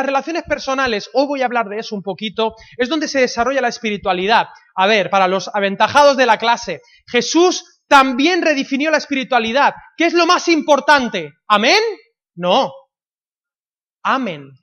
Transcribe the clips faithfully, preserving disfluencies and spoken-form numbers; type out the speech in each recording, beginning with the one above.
las relaciones personales, hoy voy a hablar de eso un poquito, es donde se desarrolla la espiritualidad. A ver, para los aventajados de la clase, Jesús también redefinió la espiritualidad. ¿Qué es lo más importante? ¿Amén? No. Amén.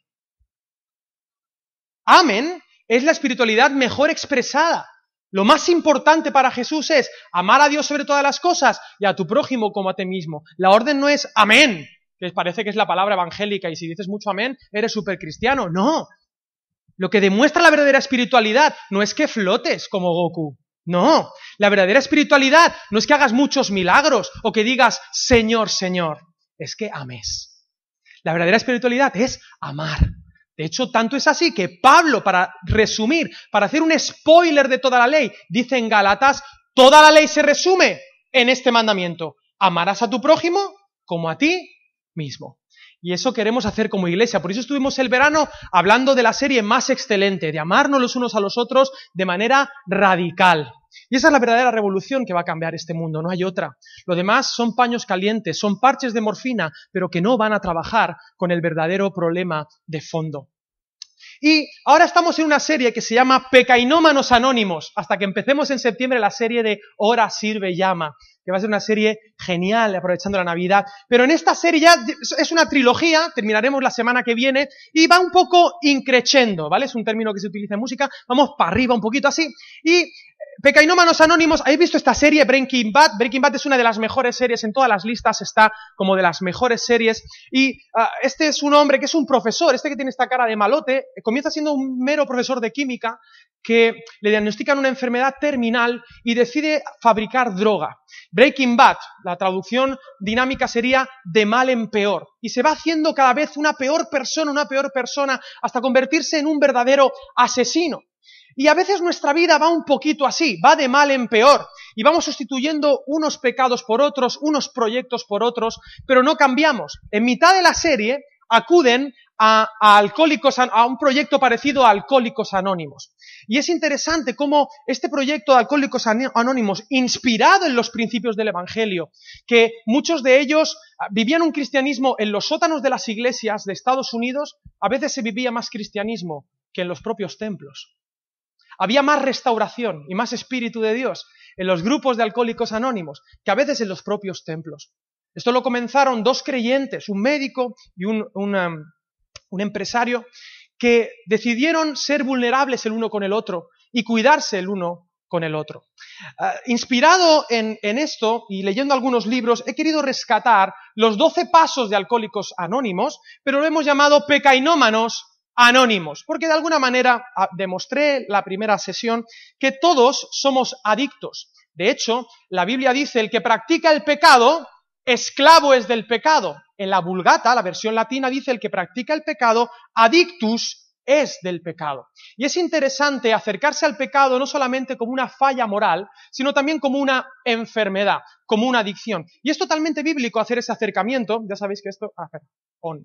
Amén es la espiritualidad mejor expresada. Lo más importante para Jesús es amar a Dios sobre todas las cosas y a tu prójimo como a ti mismo. La orden no es amén, que parece que es la palabra evangélica y si dices mucho amén, eres súper cristiano. No. Lo que demuestra la verdadera espiritualidad no es que flotes como Goku. No. La verdadera espiritualidad no es que hagas muchos milagros o que digas Señor, Señor. Es que ames. La verdadera espiritualidad es amar. De hecho, tanto es así que Pablo, para resumir, para hacer un spoiler de toda la ley, dice en Gálatas, toda la ley se resume en este mandamiento. Amarás a tu prójimo como a ti mismo. Y eso queremos hacer como iglesia. Por eso estuvimos el verano hablando de la serie más excelente, de amarnos los unos a los otros de manera radical. Y esa es la verdadera revolución que va a cambiar este mundo, no hay otra. Lo demás son paños calientes, son parches de morfina, pero que no van a trabajar con el verdadero problema de fondo. Y ahora estamos en una serie que se llama Pecainómanos Anónimos, hasta que empecemos en septiembre la serie de Ora, Sirve, Llama, que va a ser una serie genial, aprovechando la Navidad. Pero en esta serie ya es una trilogía, terminaremos la semana que viene, y va un poco increchendo, ¿vale? Es un término que se utiliza en música, vamos para arriba un poquito así, y Pecainómanos Anónimos, ¿habéis visto esta serie Breaking Bad? Breaking Bad es una de las mejores series, en todas las listas está como de las mejores series, y uh, este es un hombre que es un profesor, este que tiene esta cara de malote, comienza siendo un mero profesor de química, que le diagnostican una enfermedad terminal y decide fabricar droga. Breaking Bad, la traducción dinámica sería de mal en peor, y se va haciendo cada vez una peor persona, una peor persona, hasta convertirse en un verdadero asesino. Y a veces nuestra vida va un poquito así, va de mal en peor, y vamos sustituyendo unos pecados por otros, unos proyectos por otros, pero no cambiamos. En mitad de la serie acuden a, a alcohólicos, a un proyecto parecido a Alcohólicos Anónimos. Y es interesante cómo este proyecto de Alcohólicos Anónimos, inspirado en los principios del Evangelio, que muchos de ellos vivían un cristianismo en los sótanos de las iglesias de Estados Unidos, a veces se vivía más cristianismo que en los propios templos. Había más restauración y más espíritu de Dios en los grupos de Alcohólicos Anónimos que a veces en los propios templos. Esto lo comenzaron dos creyentes, un médico y un, un, um, un empresario, que decidieron ser vulnerables el uno con el otro y cuidarse el uno con el otro. Uh, inspirado en, en esto y leyendo algunos libros, he querido rescatar los doce pasos de Alcohólicos Anónimos, pero lo hemos llamado Pecainómanos Anónimos, porque de alguna manera demostré la primera sesión que todos somos adictos. De hecho, la Biblia dice, el que practica el pecado, esclavo es del pecado. En la Vulgata, la versión latina, dice, el que practica el pecado, adictus es del pecado. Y es interesante acercarse al pecado no solamente como una falla moral, sino también como una enfermedad, como una adicción. Y es totalmente bíblico hacer ese acercamiento. Ya sabéis que esto... Ah, on.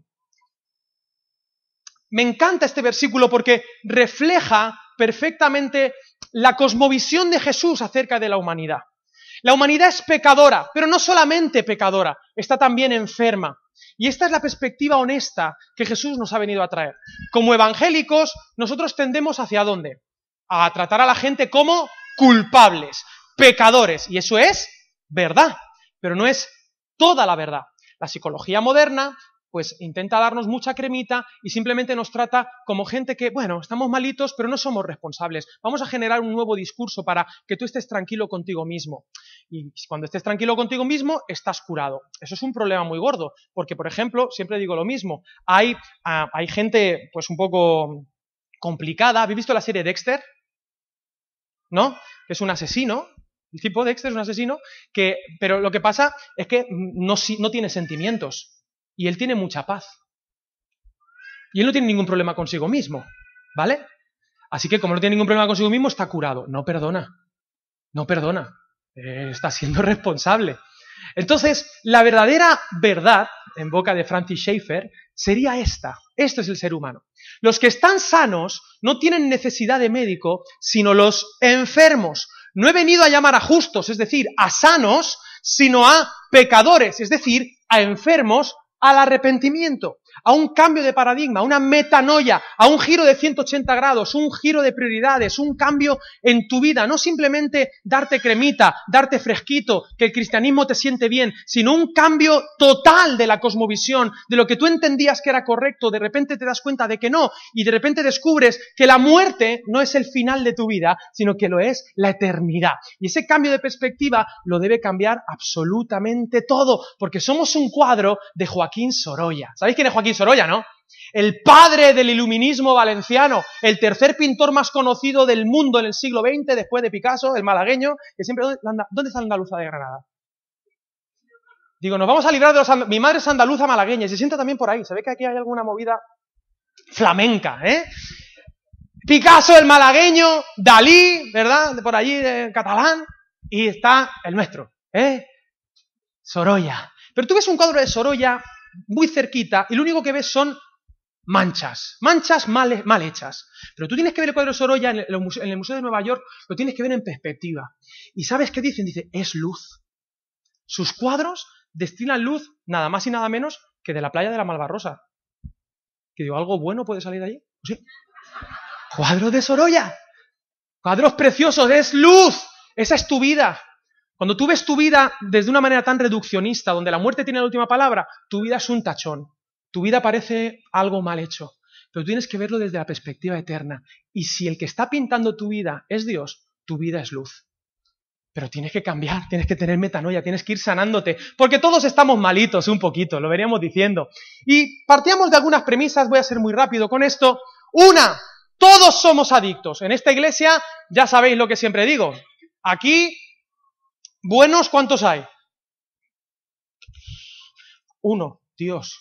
Me encanta este versículo porque refleja perfectamente la cosmovisión de Jesús acerca de la humanidad. La humanidad es pecadora, pero no solamente pecadora, está también enferma. Y esta es la perspectiva honesta que Jesús nos ha venido a traer. Como evangélicos, nosotros tendemos ¿hacia dónde? A tratar a la gente como culpables, pecadores. Y eso es verdad, pero no es toda la verdad. La psicología moderna pues intenta darnos mucha cremita y simplemente nos trata como gente que, bueno, estamos malitos, pero no somos responsables. Vamos a generar un nuevo discurso para que tú estés tranquilo contigo mismo. Y cuando estés tranquilo contigo mismo, estás curado. Eso es un problema muy gordo, porque, por ejemplo, siempre digo lo mismo, hay, uh, hay gente pues un poco complicada. ¿Habéis visto la serie Dexter? ¿No? Que es un asesino. El tipo Dexter es un asesino, que, pero lo que pasa es que no, no tiene sentimientos. Y él tiene mucha paz. Y él no tiene ningún problema consigo mismo, ¿vale? Así que como no tiene ningún problema consigo mismo, está curado. No perdona, no perdona. Eh, está siendo responsable. Entonces, la verdadera verdad, en boca de Francis Schaeffer, sería esta. Esto es el ser humano. Los que están sanos no tienen necesidad de médico, sino los enfermos. No he venido a llamar a justos, es decir, a sanos, sino a pecadores, es decir, a enfermos, al arrepentimiento. a un cambio de paradigma, a una metanoia, a un giro de ciento ochenta grados, un giro de prioridades, un cambio en tu vida. No simplemente darte cremita, darte fresquito, que el cristianismo te siente bien, sino un cambio total de la cosmovisión, de lo que tú entendías que era correcto, de repente te das cuenta de que no, y de repente descubres que la muerte no es el final de tu vida, sino que lo es la eternidad. Y ese cambio de perspectiva lo debe cambiar absolutamente todo, porque somos un cuadro de Joaquín Sorolla. ¿Sabéis quién es Joaquín Sorolla, no? El padre del iluminismo valenciano, el tercer pintor más conocido del mundo en el siglo veinte, después de Picasso, el malagueño, que siempre... ¿Dónde, ¿dónde está la andaluza de Granada? Digo, nos vamos a librar de los... And... Mi madre es andaluza malagueña y se sienta también por ahí. Se ve que aquí hay alguna movida flamenca, ¿eh? Picasso, el malagueño, Dalí, ¿verdad? De por allí, de catalán, y está el nuestro, ¿eh? Sorolla. Pero tú ves un cuadro de Sorolla muy cerquita y lo único que ves son manchas, manchas mal, mal hechas. Pero tú tienes que ver el cuadro de Sorolla en el, en el Museo de Nueva York, lo tienes que ver en perspectiva. ¿Y sabes qué dicen? Dice, es luz. Sus cuadros destilan luz nada más y nada menos que de la playa de la Malvarrosa. Que digo, ¿algo bueno puede salir de allí? Sí. Cuadro de Sorolla. Cuadros preciosos, es luz. Esa es tu vida. Cuando tú ves tu vida desde una manera tan reduccionista, donde la muerte tiene la última palabra, tu vida es un tachón. Tu vida parece algo mal hecho. Pero tú tienes que verlo desde la perspectiva eterna. Y si el que está pintando tu vida es Dios, tu vida es luz. Pero tienes que cambiar, tienes que tener metanoia, tienes que ir sanándote. Porque todos estamos malitos un poquito, lo veníamos diciendo. Y partíamos de algunas premisas, voy a ser muy rápido con esto. Una, todos somos adictos. En esta iglesia ya sabéis lo que siempre digo. Aquí... ¿Buenos cuántos hay? Uno, Dios.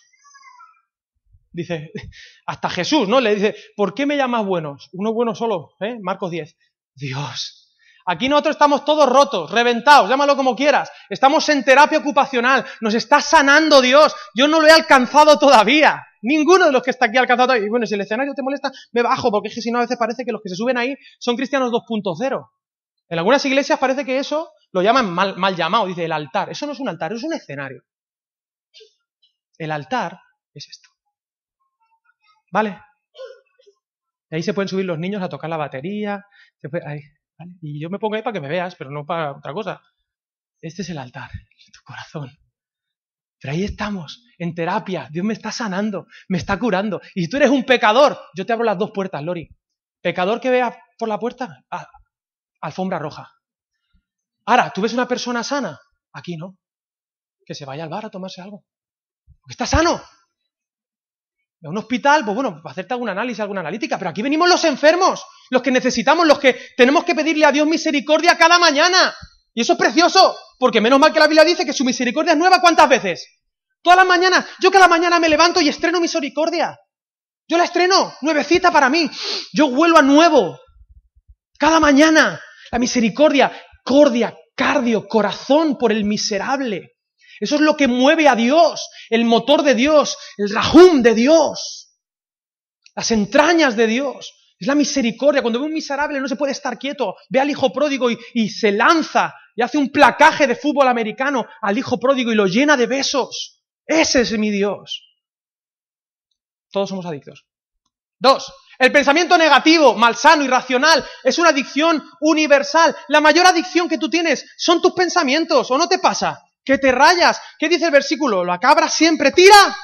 Dice, hasta Jesús, ¿no? Le dice, ¿por qué me llamas buenos? Uno bueno solo, ¿eh? Marcos diez. Dios. Aquí nosotros estamos todos rotos, reventados, llámalo como quieras. Estamos en terapia ocupacional, nos está sanando Dios. Yo no lo he alcanzado todavía. Ninguno de los que está aquí ha alcanzado todavía. Y bueno, si el escenario te molesta, me bajo, porque es que si no a veces parece que los que se suben ahí son cristianos dos punto cero. En algunas iglesias parece que eso lo llaman mal, mal llamado, dice el altar. Eso no es un altar, es un escenario. El altar es esto. ¿Vale? Y ahí se pueden subir los niños a tocar la batería. Se puede, ahí, ¿vale? Y yo me pongo ahí para que me veas, pero no para otra cosa. Este es el altar, tu corazón. Pero ahí estamos, en terapia. Dios me está sanando, me está curando. Y si tú eres un pecador, yo te abro las dos puertas, Lori. Pecador que veas por la puerta, ah, alfombra roja. Ahora, ¿tú ves una persona sana? Aquí no. Que se vaya al bar a tomarse algo. Porque está sano. A un hospital, pues bueno, para hacerte algún análisis, alguna analítica. Pero aquí venimos los enfermos, los que necesitamos, los que tenemos que pedirle a Dios misericordia cada mañana. Y eso es precioso, porque menos mal que la Biblia dice que su misericordia es nueva. ¿Cuántas veces? Todas las mañanas. Yo cada mañana me levanto y estreno misericordia. Yo la estreno, nuevecita para mí. Yo vuelvo a nuevo. Cada mañana. La misericordia. Cordia, cardio, corazón por el miserable. Eso es lo que mueve a Dios, el motor de Dios, el rahum de Dios, las entrañas de Dios. Es la misericordia. Cuando ve un miserable no se puede estar quieto. Ve al hijo pródigo y, y se lanza y hace un placaje de fútbol americano al hijo pródigo y lo llena de besos. Ese es mi Dios. Todos somos adictos. Dos. El pensamiento negativo, malsano, irracional, es una adicción universal. La mayor adicción que tú tienes son tus pensamientos, ¿o no te pasa? Que te rayas. ¿Qué dice el versículo? La cabra siempre tira.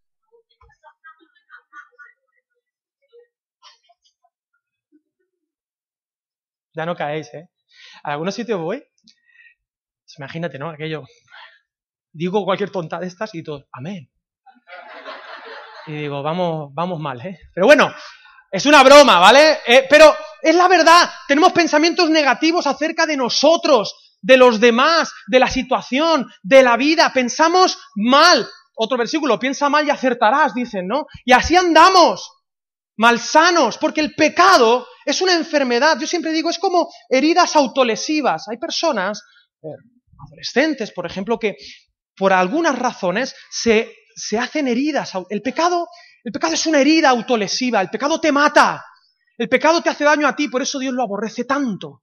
Ya no caéis, ¿eh? A algunos sitios voy, imagínate, ¿no? Aquello, digo cualquier tonta de estas y todo, amén. Y digo, vamos, vamos mal, ¿eh? Pero bueno, es una broma, ¿vale? Eh, pero es la verdad, tenemos pensamientos negativos acerca de nosotros, de los demás, de la situación, de la vida. Pensamos mal. Otro versículo, piensa mal y acertarás, dicen, ¿no? Y así andamos, malsanos, porque el pecado es una enfermedad. Yo siempre digo, es como heridas autolesivas. Hay personas, eh, adolescentes, por ejemplo, que por algunas razones se, se hacen heridas. El pecado, el pecado es una herida autolesiva. El pecado te mata. El pecado te hace daño a ti, por eso Dios lo aborrece tanto.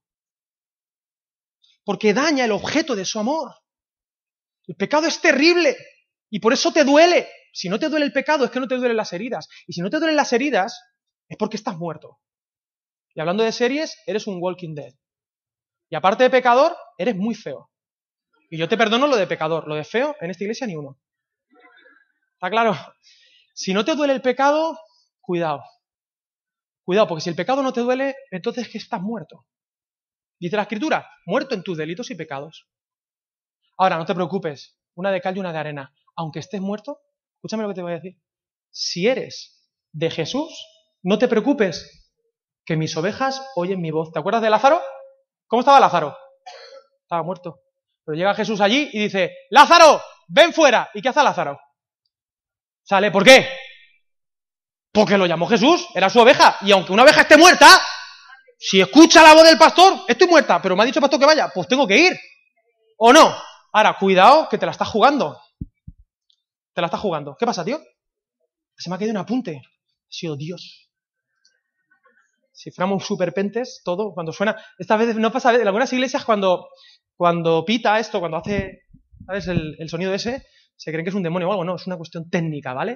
Porque daña el objeto de su amor. El pecado es terrible. Y por eso te duele. Si no te duele el pecado, es que no te duelen las heridas. Y si no te duelen las heridas, es porque estás muerto. Y hablando de series, eres un Walking Dead. Y aparte de pecador, eres muy feo. Y yo te perdono lo de pecador, lo de feo, en esta iglesia ni uno. ¿Está claro? Si no te duele el pecado, cuidado. Cuidado, porque si el pecado no te duele, entonces es que estás muerto. Dice la Escritura, muerto en tus delitos y pecados. Ahora, no te preocupes, una de cal y una de arena. Aunque estés muerto, escúchame lo que te voy a decir. Si eres de Jesús, no te preocupes, que mis ovejas oyen mi voz. ¿Te acuerdas de Lázaro? ¿Cómo estaba Lázaro? Estaba muerto. Pero llega Jesús allí y dice, ¡Lázaro, ven fuera! ¿Y qué hace Lázaro? Sale, ¿por qué? Porque lo llamó Jesús, era su oveja. Y aunque una oveja esté muerta, si escucha la voz del pastor, estoy muerta, pero me ha dicho el pastor que vaya, pues tengo que ir. ¿O no? Ahora, cuidado, que te la estás jugando. Te la estás jugando. ¿Qué pasa, tío? Se me ha caído un apunte. Ha sido Dios. Si fuéramos superpentes, todo, cuando suena... Esta vez no pasa... En algunas iglesias, cuando, cuando pita esto, cuando hace, ¿sabes? El, el sonido ese, se creen que es un demonio o algo. No, es una cuestión técnica, ¿vale?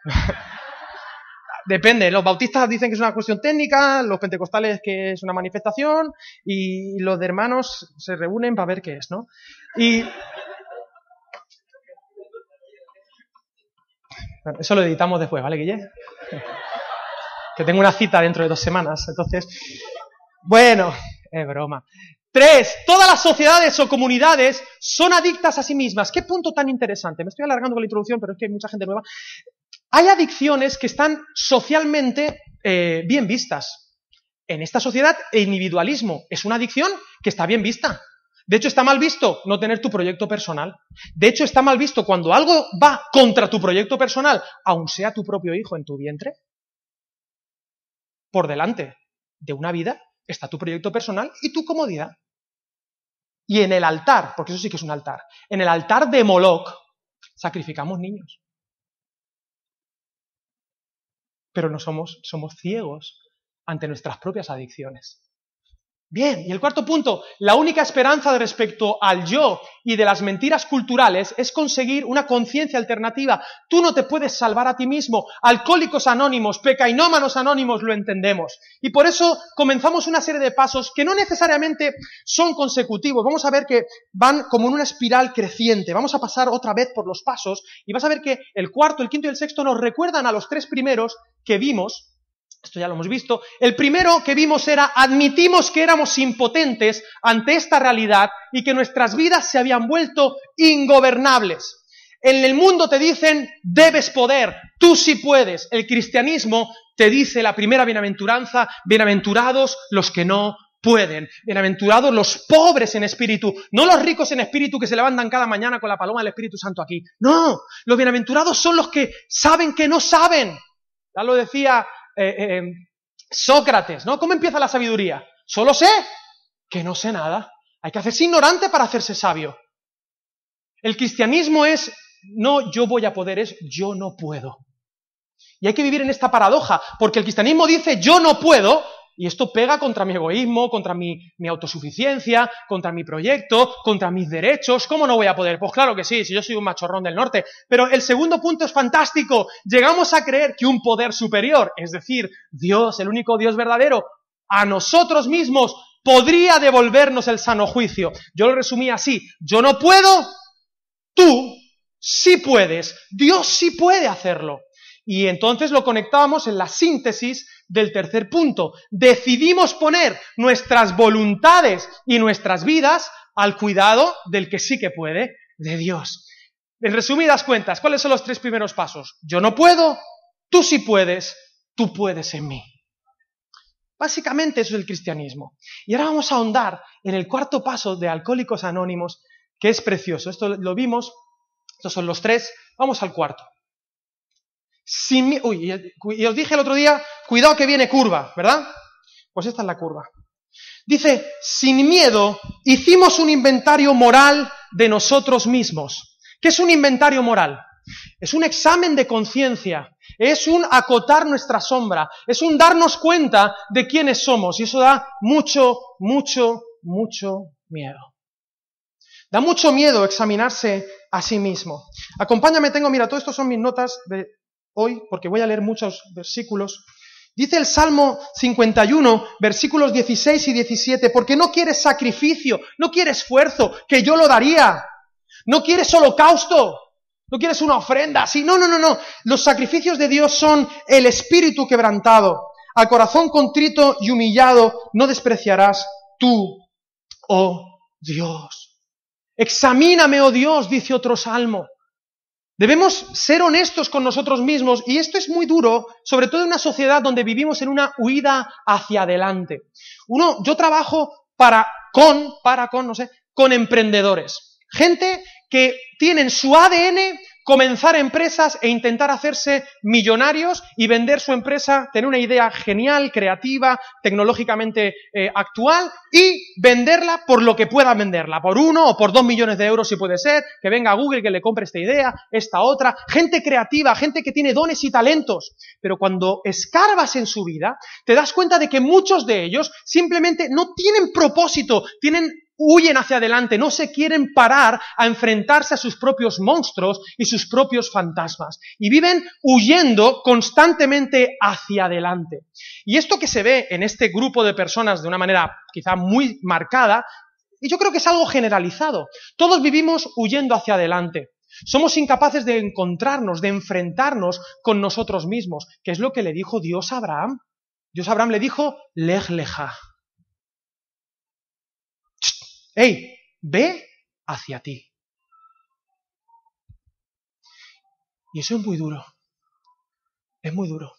Depende. Los bautistas dicen que es una cuestión técnica, los pentecostales que es una manifestación, y los de hermanos se reúnen para ver qué es, ¿no? Y... Bueno, eso lo editamos después, ¿vale, Guille? Que tengo una cita dentro de dos semanas, entonces... Bueno, es broma. Tres, todas las sociedades o comunidades son adictas a sí mismas. ¿Qué punto tan interesante? Me estoy alargando con la introducción, pero es que hay mucha gente nueva. Hay adicciones que están socialmente eh, bien vistas. En esta sociedad, el individualismo es una adicción que está bien vista. De hecho, está mal visto no tener tu proyecto personal. De hecho, está mal visto cuando algo va contra tu proyecto personal, aun sea tu propio hijo en tu vientre. Por delante de una vida está tu proyecto personal y tu comodidad. Y en el altar, porque eso sí que es un altar, en el altar de Moloch sacrificamos niños. Pero no somos, somos ciegos ante nuestras propias adicciones. Bien, y el cuarto punto, la única esperanza de respecto al yo y de las mentiras culturales es conseguir una conciencia alternativa. Tú no te puedes salvar a ti mismo. Alcohólicos Anónimos, pecainómanos anónimos, lo entendemos. Y por eso comenzamos una serie de pasos que no necesariamente son consecutivos. Vamos a ver que van como en una espiral creciente. Vamos a pasar otra vez por los pasos y vas a ver que el cuarto, el quinto y el sexto nos recuerdan a los tres primeros que vimos. Esto ya lo hemos visto. El primero que vimos era, admitimos que éramos impotentes ante esta realidad y que nuestras vidas se habían vuelto ingobernables. En el mundo te dicen, debes poder, tú sí puedes. El cristianismo te dice la primera bienaventuranza, bienaventurados los que no pueden. Bienaventurados los pobres en espíritu, no los ricos en espíritu que se levantan cada mañana con la paloma del Espíritu Santo aquí. No, los bienaventurados son los que saben que no saben. Ya lo decía... Eh, eh, Sócrates, ¿no? ¿Cómo empieza la sabiduría? Solo sé que no sé nada. Hay que hacerse ignorante para hacerse sabio. El cristianismo es, no yo voy a poder, es yo no puedo. Y hay que vivir en esta paradoja, porque el cristianismo dice yo no puedo, y esto pega contra mi egoísmo, contra mi, mi autosuficiencia, contra mi proyecto, contra mis derechos. ¿Cómo no voy a poder? Pues claro que sí, si yo soy un machorrón del norte. Pero el segundo punto es fantástico. Llegamos a creer que un poder superior, es decir, Dios, el único Dios verdadero, a nosotros mismos podría devolvernos el sano juicio. Yo lo resumí así. Yo no puedo, tú sí puedes. Dios sí puede hacerlo. Y entonces lo conectábamos en la síntesis del tercer punto. Decidimos poner nuestras voluntades y nuestras vidas al cuidado del que sí que puede, de Dios. En resumidas cuentas, ¿cuáles son los tres primeros pasos? Yo no puedo, tú sí puedes, tú puedes en mí. Básicamente eso es el cristianismo. Y ahora vamos a ahondar en el cuarto paso de Alcohólicos Anónimos, que es precioso. Esto lo vimos, estos son los tres, vamos al cuarto. Sin, uy, y os dije el otro día, cuidado que viene curva, ¿verdad? Pues esta es la curva. Dice, sin miedo hicimos un inventario moral de nosotros mismos. ¿Qué es un inventario moral? Es un examen de conciencia, es un acotar nuestra sombra, es un darnos cuenta de quiénes somos, y eso da mucho, mucho, mucho miedo. Da mucho miedo examinarse a sí mismo. Acompáñame, tengo, mira, todo esto son mis notas de hoy, porque voy a leer muchos versículos. Dice el Salmo cincuenta y uno, versículos dieciséis y diecisiete, porque no quieres sacrificio, no quieres esfuerzo, que yo lo daría. No quieres holocausto, no quieres una ofrenda, así. No, no, no, no. Los sacrificios de Dios son el espíritu quebrantado. Al corazón contrito y humillado no despreciarás tú, oh Dios. Examíname, oh Dios, dice otro salmo. Debemos ser honestos con nosotros mismos, y esto es muy duro, sobre todo en una sociedad donde vivimos en una huida hacia adelante. Uno, yo trabajo para, con, para, con, no sé, con emprendedores. Gente que tienen su A D N comenzar empresas e intentar hacerse millonarios y vender su empresa, tener una idea genial, creativa, tecnológicamente eh, actual, y venderla por lo que pueda venderla, por uno o por dos millones de euros si puede ser, que venga Google que le compre esta idea, esta otra, gente creativa, gente que tiene dones y talentos, pero cuando escarbas en su vida, te das cuenta de que muchos de ellos simplemente no tienen propósito, tienen huyen hacia adelante, no se quieren parar a enfrentarse a sus propios monstruos y sus propios fantasmas. Y viven huyendo constantemente hacia adelante. Y esto que se ve en este grupo de personas de una manera quizá muy marcada, y yo creo que es algo generalizado. Todos vivimos huyendo hacia adelante. Somos incapaces de encontrarnos, de enfrentarnos con nosotros mismos, que es lo que le dijo Dios a Abraham. Dios a Abraham le dijo, Lej leja. ¡Ey! Ve hacia ti. Y eso es muy duro. Es muy duro.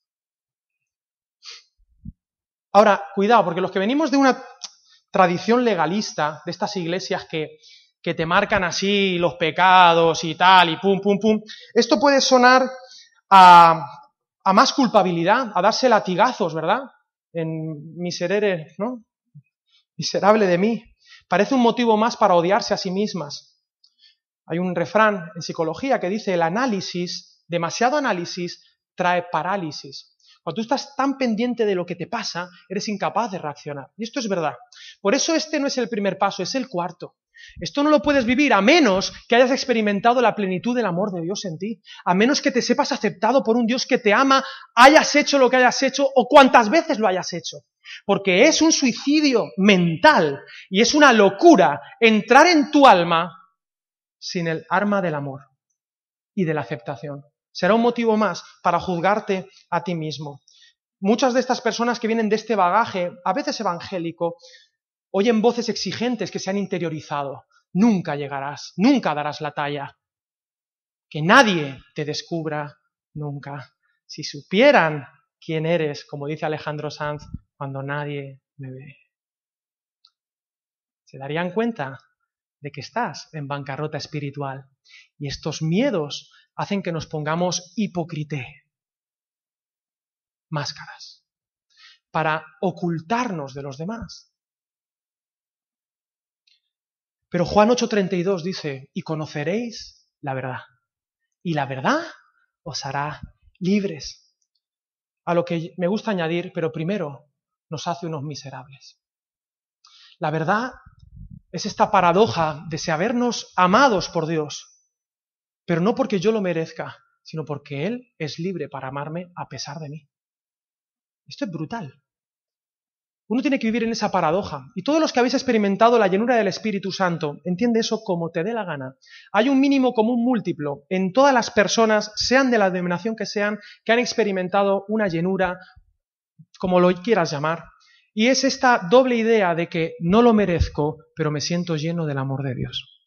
Ahora, cuidado, porque los que venimos de una tradición legalista, de estas iglesias que, que te marcan así los pecados y tal, y pum, pum, pum, esto puede sonar a, a más culpabilidad, a darse latigazos, ¿verdad? En miserere, ¿no? Miserable de mí. Parece un motivo más para odiarse a sí mismas. Hay un refrán en psicología que dice, el análisis, demasiado análisis, trae parálisis. Cuando tú estás tan pendiente de lo que te pasa, eres incapaz de reaccionar. Y esto es verdad. Por eso este no es el primer paso, es el cuarto. Esto no lo puedes vivir a menos que hayas experimentado la plenitud del amor de Dios en ti. A menos que te sepas aceptado por un Dios que te ama, hayas hecho lo que hayas hecho o cuantas veces lo hayas hecho. Porque es un suicidio mental y es una locura entrar en tu alma sin el arma del amor y de la aceptación. Será un motivo más para juzgarte a ti mismo. Muchas de estas personas que vienen de este bagaje, a veces evangélico, oyen voces exigentes que se han interiorizado. Nunca llegarás, nunca darás la talla. Que nadie te descubra nunca. Si supieran quién eres, como dice Alejandro Sanz, cuando nadie me ve. Se darían cuenta de que estás en bancarrota espiritual. Y estos miedos hacen que nos pongamos hipócrite, máscaras, para ocultarnos de los demás. Pero Juan ocho treinta y dos dice, y conoceréis la verdad, y la verdad os hará libres. A lo que me gusta añadir, pero primero nos hace unos miserables. La verdad es esta paradoja de sabernos amados por Dios, pero no porque yo lo merezca, sino porque Él es libre para amarme a pesar de mí. Esto es brutal. Uno tiene que vivir en esa paradoja. Y todos los que habéis experimentado la llenura del Espíritu Santo, entiende eso como te dé la gana. Hay un mínimo común múltiplo en todas las personas, sean de la denominación que sean, que han experimentado una llenura, como lo quieras llamar. Y es esta doble idea de que no lo merezco, pero me siento lleno del amor de Dios.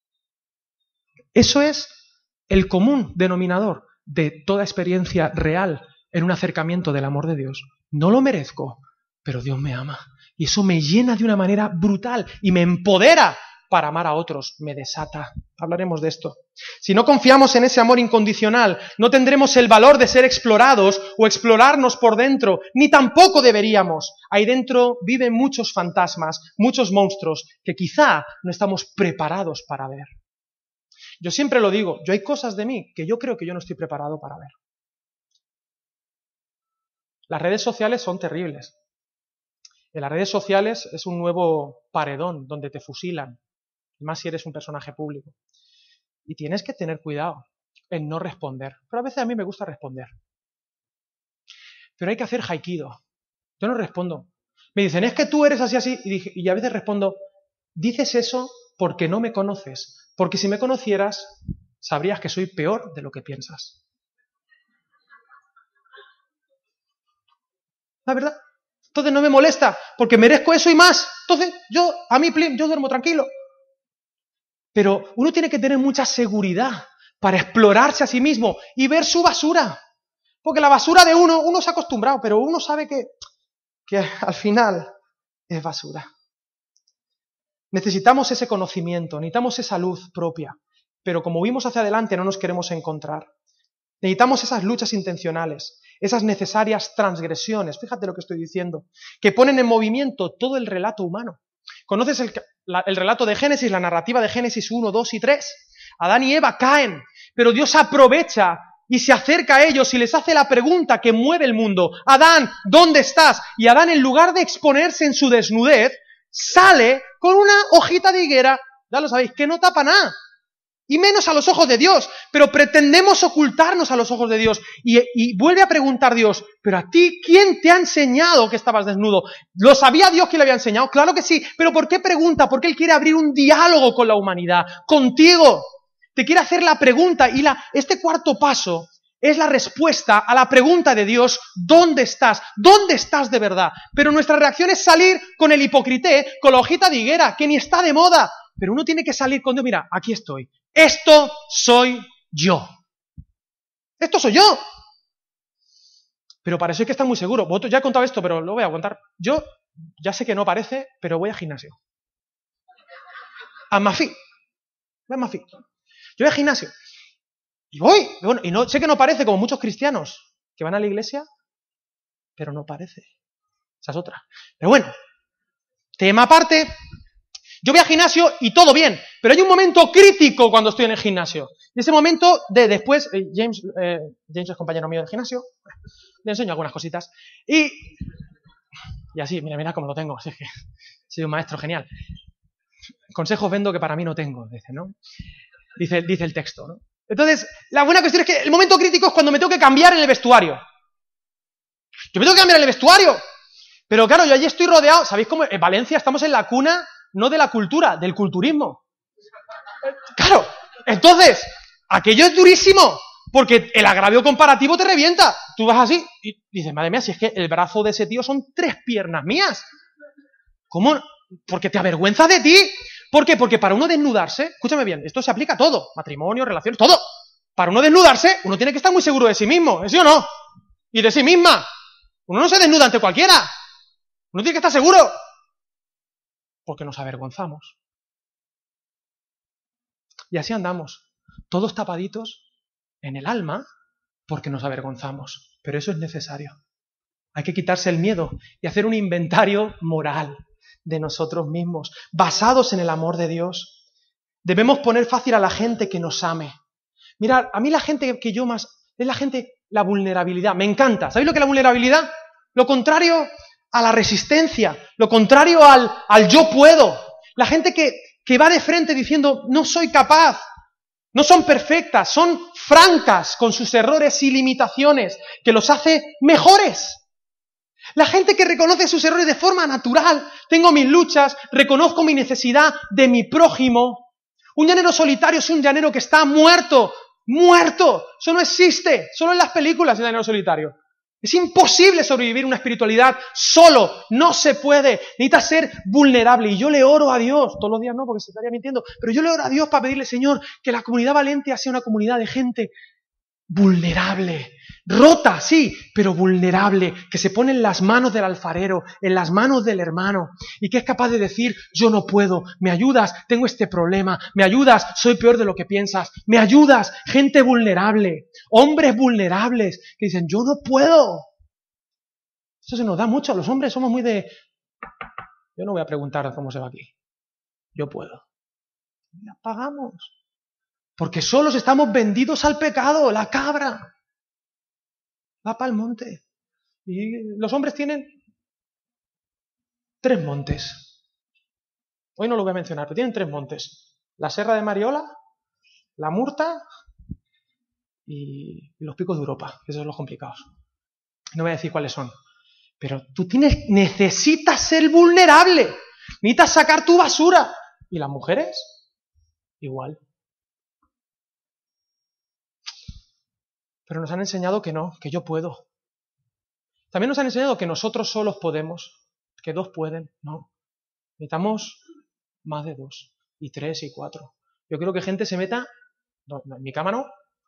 Eso es el común denominador de toda experiencia real en un acercamiento del amor de Dios. No lo merezco, pero Dios me ama. Y eso me llena de una manera brutal y me empodera para amar a otros, me desata. Hablaremos de esto. Si no confiamos en ese amor incondicional, no tendremos el valor de ser explorados o explorarnos por dentro, ni tampoco deberíamos. Ahí dentro viven muchos fantasmas, muchos monstruos que quizá no estamos preparados para ver. Yo siempre lo digo, yo hay cosas de mí que yo creo que yo no estoy preparado para ver. Las redes sociales son terribles. En las redes sociales es un nuevo paredón donde te fusilan. más si eres un personaje público. Y tienes que tener cuidado en no responder. Pero a veces a mí me gusta responder. Pero hay que hacer haikido. Yo no respondo. Me dicen, es que tú eres así, así. Y, dije, y a veces respondo, dices eso porque no me conoces. Porque si me conocieras, sabrías que soy peor de lo que piensas. La verdad. Entonces no me molesta, porque merezco eso y más. Entonces yo, a mí, yo duermo tranquilo. Pero uno tiene que tener mucha seguridad para explorarse a sí mismo y ver su basura. Porque la basura de uno, uno se ha acostumbrado, pero uno sabe que, que al final es basura. Necesitamos ese conocimiento, necesitamos esa luz propia. Pero como vimos hacia adelante, no nos queremos encontrar. Necesitamos esas luchas intencionales, esas necesarias transgresiones, fíjate lo que estoy diciendo, que ponen en movimiento todo el relato humano. ¿Conoces el, la, el relato de Génesis, la narrativa de Génesis uno, dos y tres? Adán y Eva caen, pero Dios aprovecha y se acerca a ellos y les hace la pregunta que mueve el mundo. Adán, ¿dónde estás? Y Adán, en lugar de exponerse en su desnudez, sale con una hojita de higuera, ya lo sabéis, que no tapa nada. Y menos a los ojos de Dios, pero pretendemos ocultarnos a los ojos de Dios. Y, y vuelve a preguntar Dios, pero a ti, ¿quién te ha enseñado que estabas desnudo? ¿Lo sabía Dios que le había enseñado? Claro que sí, pero ¿por qué pregunta? Porque Él quiere abrir un diálogo con la humanidad, contigo. Te quiere hacer la pregunta y la, este cuarto paso es la respuesta a la pregunta de Dios, ¿dónde estás? ¿Dónde estás de verdad? Pero nuestra reacción es salir con el hipocrité, con la hojita de higuera, que ni está de moda. Pero uno tiene que salir con Dios, mira, aquí estoy. Esto soy yo. Esto soy yo. Pero para eso hay que estar muy seguro. Vosotros ya he contado esto, pero lo voy a contar. Yo ya sé que no parece, pero voy al gimnasio. A Mafí. Voy a Mafí. Yo voy al gimnasio. Y voy. Y, bueno, y no, sé que no parece como muchos cristianos que van a la iglesia, pero no parece. Esa es otra. Pero bueno, tema aparte. Yo voy al gimnasio y todo bien, pero hay un momento crítico cuando estoy en el gimnasio. Y ese momento de después, eh, James, eh, James es compañero mío del gimnasio, le enseño algunas cositas. Y, y así, mira, mira cómo lo tengo, así es que soy un maestro genial. Consejos vendo que para mí no tengo, dice, ¿no? Dice, dice el texto, ¿no? Entonces, la buena cuestión es que el momento crítico es cuando me tengo que cambiar en el vestuario. Yo me tengo que cambiar en el vestuario. Pero claro, yo allí estoy rodeado, ¿sabéis cómo? En Valencia estamos en la cuna, no de la cultura, del culturismo. Claro, entonces, aquello es durísimo, porque el agravio comparativo te revienta. Tú vas así y dices, madre mía, si es que el brazo de ese tío son tres piernas mías. ¿Cómo? Porque te avergüenzas de ti. ¿Por qué? Porque para uno desnudarse, escúchame bien, esto se aplica a todo, matrimonio, relaciones, todo. Para uno desnudarse, uno tiene que estar muy seguro de sí mismo, ¿sí o no? Y de sí misma. Uno no se desnuda ante cualquiera. Uno tiene que estar seguro. Porque nos avergonzamos. Y así andamos, todos tapaditos en el alma, porque nos avergonzamos. Pero eso es necesario. Hay que quitarse el miedo y hacer un inventario moral de nosotros mismos, basados en el amor de Dios. Debemos poner fácil a la gente que nos ame. Mirad, a mí la gente que yo más... es la gente, la vulnerabilidad. Me encanta. ¿Sabéis lo que es la vulnerabilidad? Lo contrario a la resistencia, lo contrario al, al yo puedo. La gente que, que va de frente diciendo, no soy capaz. No son perfectas, son francas con sus errores y limitaciones, que los hace mejores. La gente que reconoce sus errores de forma natural. Tengo mis luchas, reconozco mi necesidad de mi prójimo. Un llanero solitario es un llanero que está muerto, muerto. Eso no existe, solo en las películas el llanero solitario. Es imposible sobrevivir una espiritualidad solo, no se puede. Necesita ser vulnerable. Y yo le oro a Dios, todos los días no, porque se estaría mintiendo, pero yo le oro a Dios para pedirle, Señor, que la comunidad Valencia sea una comunidad de gente vulnerable, rota, sí, pero vulnerable, que se pone en las manos del alfarero, en las manos del hermano, y que es capaz de decir, yo no puedo, me ayudas, tengo este problema, me ayudas, soy peor de lo que piensas, me ayudas, gente vulnerable, hombres vulnerables, que dicen, yo no puedo. Eso se nos da mucho, los hombres somos muy de, yo no voy a preguntar cómo se va aquí, yo puedo. Y apagamos. Porque solos estamos vendidos al pecado, la cabra. Va para el monte. Y los hombres tienen tres montes. Hoy no lo voy a mencionar, pero tienen tres montes. La Serra de Mariola, la Murta y los Picos de Europa, que esos son los complicados. No voy a decir cuáles son. Pero tú tienes, necesitas ser vulnerable. Necesitas sacar tu basura. ¿Y las mujeres? Igual. Pero nos han enseñado que no, que yo puedo. También nos han enseñado que nosotros solos podemos, que dos pueden. No. Necesitamos más de dos, y tres, y cuatro. Yo quiero que gente se meta, no, en mi cama no,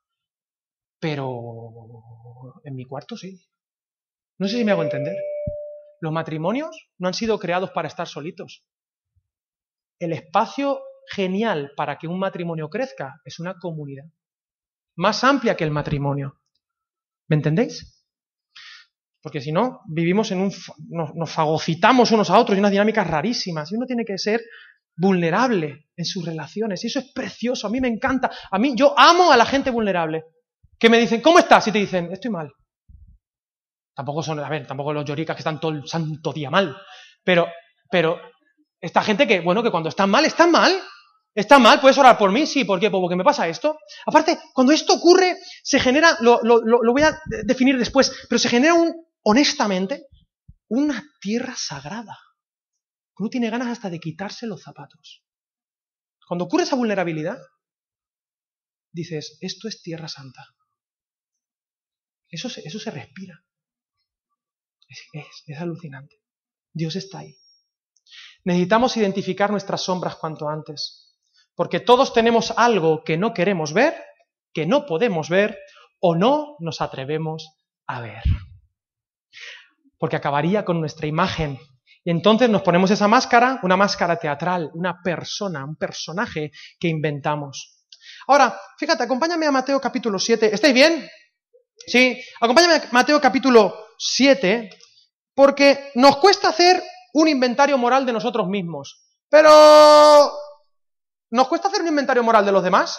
pero en mi cuarto sí. No sé si me hago entender. Los matrimonios no han sido creados para estar solitos. El espacio genial para que un matrimonio crezca es una comunidad. Más amplia que el matrimonio. ¿Me entendéis? Porque si no, vivimos en un... Nos, nos fagocitamos unos a otros y unas dinámicas rarísimas. Y uno tiene que ser vulnerable en sus relaciones. Y eso es precioso. A mí me encanta. A mí, yo amo a la gente vulnerable. Que me dicen, ¿cómo estás? Y te dicen, estoy mal. Tampoco son, a ver, tampoco los lloricas que están todo el santo día mal. Pero, pero, esta gente que, bueno, que cuando están mal, están mal. ¿Están mal? ¿Puedes orar por mí? Sí, ¿por qué? Porque me pasa esto. Aparte, cuando esto ocurre, se genera, lo, lo, lo, lo voy a definir después, pero se genera un, honestamente, una tierra sagrada. Uno tiene ganas hasta de quitarse los zapatos. Cuando ocurre esa vulnerabilidad, dices, esto es tierra santa. Eso se, eso se respira. Es, es, es alucinante. Dios está ahí. Necesitamos identificar nuestras sombras cuanto antes, porque todos tenemos algo que no queremos ver, que no podemos ver o no nos atrevemos a ver. Porque acabaría con nuestra imagen. Y entonces nos ponemos esa máscara, una máscara teatral, una persona, un personaje que inventamos. Ahora, fíjate, acompáñame a Mateo capítulo siete. ¿Estáis bien? Sí. Acompáñame a Mateo capítulo siete, porque nos cuesta hacer un inventario moral de nosotros mismos. Pero, ¿nos cuesta hacer un inventario moral de los demás?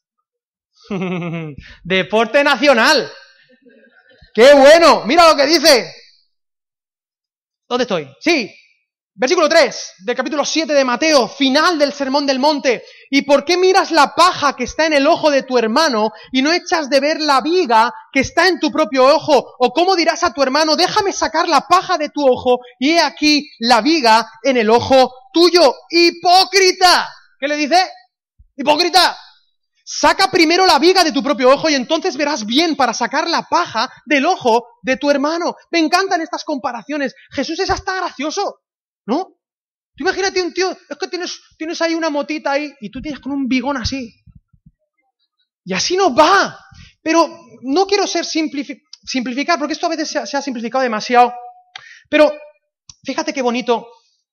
Deporte nacional. ¡Qué bueno! Mira lo que dice. ¿Dónde estoy? Sí. Versículo tres del capítulo siete de Mateo, final del Sermón del Monte. ¿Y por qué miras la paja que está en el ojo de tu hermano y no echas de ver la viga que está en tu propio ojo? ¿O cómo dirás a tu hermano, déjame sacar la paja de tu ojo y he aquí la viga en el ojo tuyo? ¡Hipócrita! ¿Qué le dice? ¡Hipócrita! Saca primero la viga de tu propio ojo y entonces verás bien para sacar la paja del ojo de tu hermano. Me encantan estas comparaciones. Jesús es hasta gracioso, ¿no? Tú imagínate un tío, es que tienes, tienes ahí una motita ahí y tú tienes con un bigón así. Y así nos va. Pero no quiero ser simplifi- simplificar, porque esto a veces se ha, se ha simplificado demasiado. Pero fíjate qué bonito.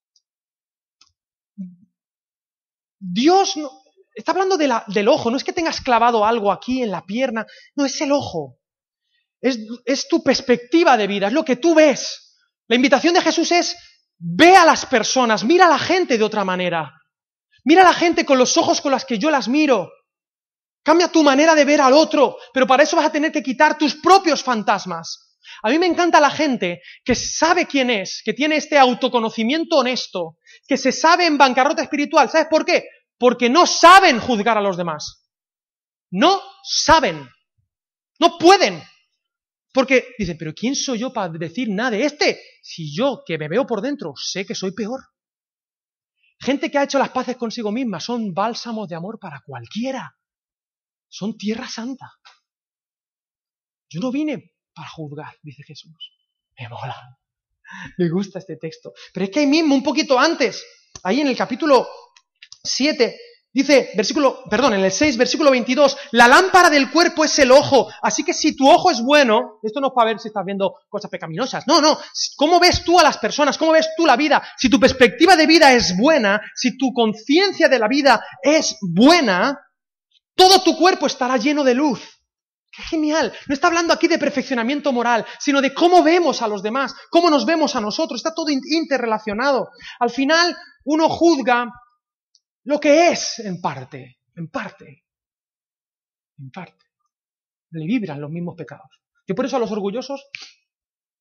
Dios no, está hablando de la, del ojo, no es que tengas clavado algo aquí en la pierna, no, es el ojo. Es, es tu perspectiva de vida, es lo que tú ves. La invitación de Jesús es, ve a las personas, mira a la gente de otra manera. Mira a la gente con los ojos con los que yo las miro. Cambia tu manera de ver al otro, pero para eso vas a tener que quitar tus propios fantasmas. A mí me encanta la gente que sabe quién es, que tiene este autoconocimiento honesto, que se sabe en bancarrota espiritual. ¿Sabes por qué? Porque no saben juzgar a los demás. No saben. No pueden. Porque dicen, pero ¿quién soy yo para decir nada de este? Si yo, que me veo por dentro, sé que soy peor. Gente que ha hecho las paces consigo misma son bálsamos de amor para cualquiera. Son tierra santa. Yo no vine para juzgar, dice Jesús. Me mola. Me gusta este texto. Pero es que ahí mismo, un poquito antes, ahí en el capítulo siete, dice, versículo, perdón, en el seis, versículo veintidós, la lámpara del cuerpo es el ojo, así que si tu ojo es bueno, esto no es para ver si estás viendo cosas pecaminosas, no, no, ¿cómo ves tú a las personas? ¿Cómo ves tú la vida? Si tu perspectiva de vida es buena, si tu conciencia de la vida es buena, todo tu cuerpo estará lleno de luz. ¡Qué genial! No está hablando aquí de perfeccionamiento moral, sino de cómo vemos a los demás, cómo nos vemos a nosotros, está todo interrelacionado. Al final, uno juzga lo que es, en parte, en parte, en parte. Le vibran los mismos pecados. Yo por eso a los orgullosos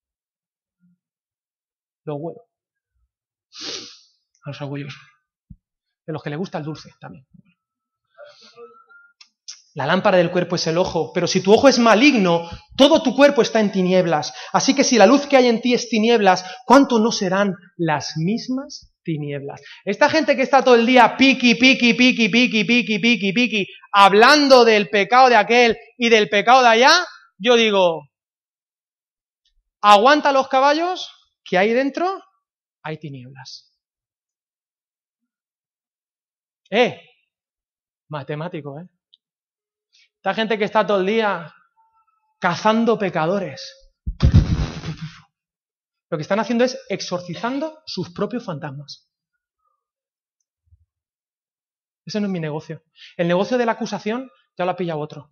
los huelo. A los orgullosos. De los que les gusta el dulce también. La lámpara del cuerpo es el ojo, pero si tu ojo es maligno, todo tu cuerpo está en tinieblas. Así que si la luz que hay en ti es tinieblas, ¿cuánto no serán las mismas tinieblas? Esta gente que está todo el día piqui, piqui, piqui, piqui, piqui, piqui, piqui, hablando del pecado de aquel y del pecado de allá, yo digo, aguanta los caballos, que ahí dentro hay tinieblas. Eh, matemático, ¿eh? Esta gente que está todo el día cazando pecadores. Lo que están haciendo es exorcizando sus propios fantasmas. Ese no es mi negocio. El negocio de la acusación ya lo ha pillado otro.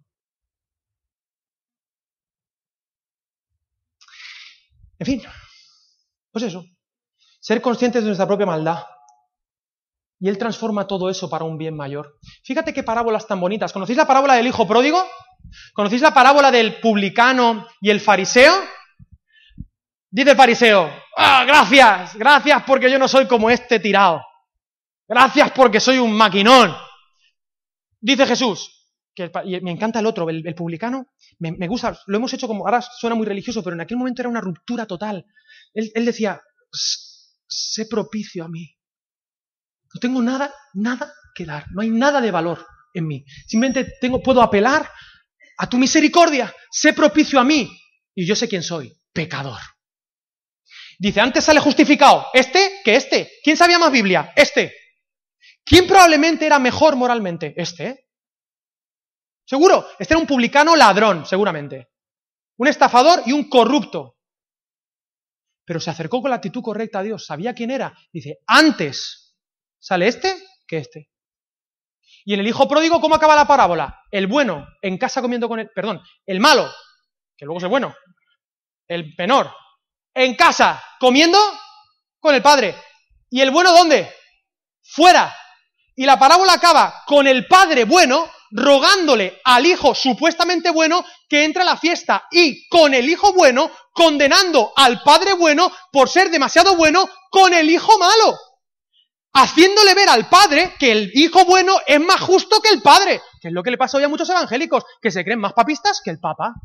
En fin, pues eso. Ser conscientes de nuestra propia maldad. Y Él transforma todo eso para un bien mayor. Fíjate qué parábolas tan bonitas. ¿Conocéis la parábola del hijo pródigo? ¿Conocéis la parábola del publicano y el fariseo? Dice el fariseo, ¡ah, gracias! Gracias porque yo no soy como este tirado. Gracias porque soy un maquinón. Dice Jesús, que el, y me encanta el otro, el, el publicano, me, me gusta, lo hemos hecho como, ahora suena muy religioso, pero en aquel momento era una ruptura total. Él, él decía, sé propicio a mí. No tengo nada, nada que dar. No hay nada de valor en mí. Simplemente tengo, puedo apelar a tu misericordia. Sé propicio a mí. Y yo sé quién soy. Pecador. Dice, antes sale justificado este que este. ¿Quién sabía más Biblia? Este. ¿Quién probablemente era mejor moralmente? Este. Seguro. Este era un publicano ladrón, seguramente. Un estafador y un corrupto. Pero se acercó con la actitud correcta a Dios. Sabía quién era. Dice, antes sale este que este. Y en el hijo pródigo, ¿cómo acaba la parábola? El bueno en casa comiendo con el... Perdón, el malo, que luego es el bueno, el menor, en casa comiendo con el padre. ¿Y el bueno dónde? Fuera. Y la parábola acaba con el padre bueno rogándole al hijo supuestamente bueno que entre a la fiesta y con el hijo bueno condenando al padre bueno por ser demasiado bueno con el hijo malo. Haciéndole ver al padre que el hijo bueno es más justo que el padre, que es lo que le pasa hoy a muchos evangélicos, que se creen más papistas que el papa.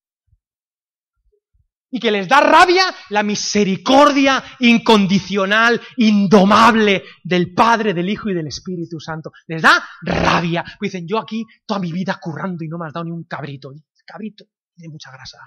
Y que les da rabia la misericordia incondicional, indomable del Padre, del Hijo y del Espíritu Santo. Les da rabia. Pues dicen, yo aquí toda mi vida currando y no me has dado ni un cabrito. El cabrito tiene mucha grasa.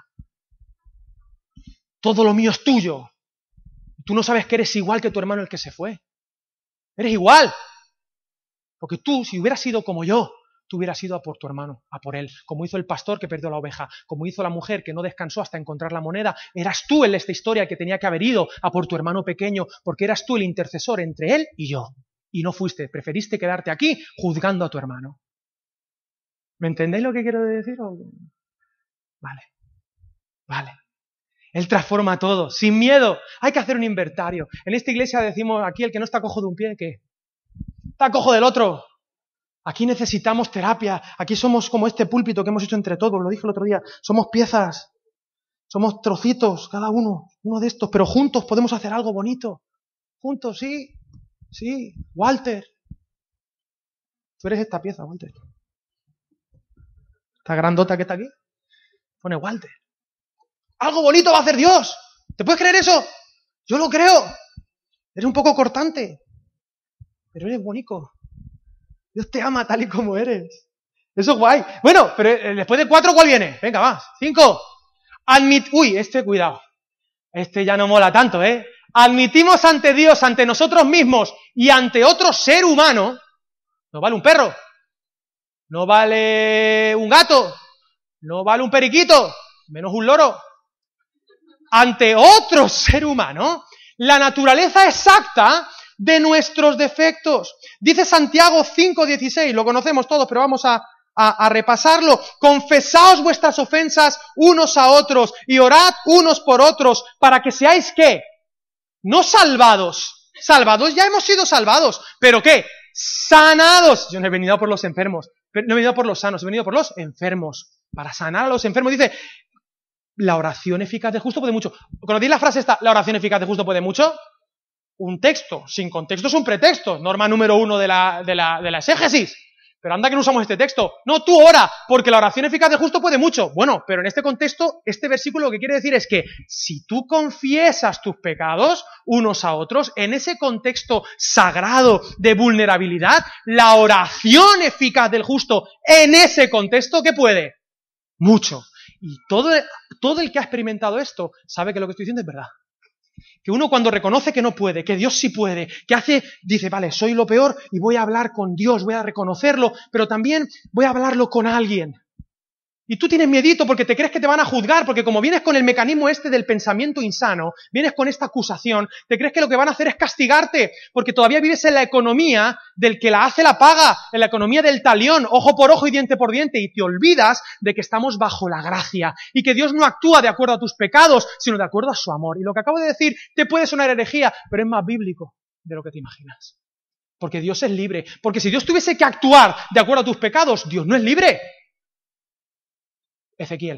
Todo lo mío es tuyo. Tú no sabes que eres igual que tu hermano el que se fue. Eres igual. Porque tú, si hubieras sido como yo, tú hubieras ido a por tu hermano, a por él. Como hizo el pastor que perdió la oveja, como hizo la mujer que no descansó hasta encontrar la moneda. Eras tú en esta historia el que tenía que haber ido a por tu hermano pequeño, porque eras tú el intercesor entre él y yo. Y no fuiste, preferiste quedarte aquí juzgando a tu hermano. ¿Me entendéis lo que quiero decir? Vale, vale. Él transforma todo, sin miedo. Hay que hacer un inventario. En esta iglesia decimos aquí, el que no está cojo de un pie, ¿qué? Está cojo del otro. Aquí necesitamos terapia. Aquí somos como este púlpito que hemos hecho entre todos. Lo dije el otro día. Somos piezas. Somos trocitos, cada uno. Uno de estos. Pero juntos podemos hacer algo bonito. Juntos, sí. Sí. Walter. Tú eres esta pieza, Walter. Esta grandota que está aquí. Pone Walter. Algo bonito va a hacer Dios. ¿Te puedes creer eso? Yo lo creo. Eres un poco cortante. Pero eres bonito. Dios te ama tal y como eres. Eso es guay. Bueno, pero después de cuatro, ¿cuál viene? Venga, va. Cinco. Admit... Uy, este, cuidado. Este ya no mola tanto, ¿eh? Admitimos ante Dios, ante nosotros mismos y ante otro ser humano. No vale un perro. No vale un gato. No vale un periquito. Menos un loro. Ante otro ser humano, la naturaleza exacta de nuestros defectos. Dice Santiago cinco dieciséis, lo conocemos todos, pero vamos a, a, a repasarlo. Confesaos vuestras ofensas unos a otros y orad unos por otros para que seáis, ¿qué? No salvados. Salvados ya hemos sido salvados, pero ¿qué? Sanados. Yo no he venido por los enfermos, no he venido por los sanos, he venido por los enfermos. Para sanar a los enfermos. Dice, la oración eficaz de justo puede mucho. ¿Conocéis la frase esta? ¿La oración eficaz de justo puede mucho? un texto sin contexto es un pretexto, norma número uno de la, de la, de la exégesis. Pero anda que no usamos este texto. No, tú ora, porque la oración eficaz del justo puede mucho. Bueno, pero en este contexto, este versículo lo que quiere decir es que si tú confiesas tus pecados unos a otros, en ese contexto sagrado de vulnerabilidad, la oración eficaz del justo en ese contexto, ¿qué puede? Mucho. Y todo, todo el que ha experimentado esto sabe que lo que estoy diciendo es verdad. Que uno cuando reconoce que no puede, que Dios sí puede, que hace, dice, vale, soy lo peor y voy a hablar con Dios, voy a reconocerlo, pero también voy a hablarlo con alguien. Y tú tienes miedito porque te crees que te van a juzgar, porque como vienes con el mecanismo este del pensamiento insano, vienes con esta acusación, te crees que lo que van a hacer es castigarte, porque todavía vives en la economía del que la hace la paga, en la economía del talión, ojo por ojo y diente por diente, y te olvidas de que estamos bajo la gracia, y que Dios no actúa de acuerdo a tus pecados, sino de acuerdo a su amor. Y lo que acabo de decir te puede sonar herejía, pero es más bíblico de lo que te imaginas. Porque Dios es libre, porque si Dios tuviese que actuar de acuerdo a tus pecados, Dios no es libre. Ezequiel.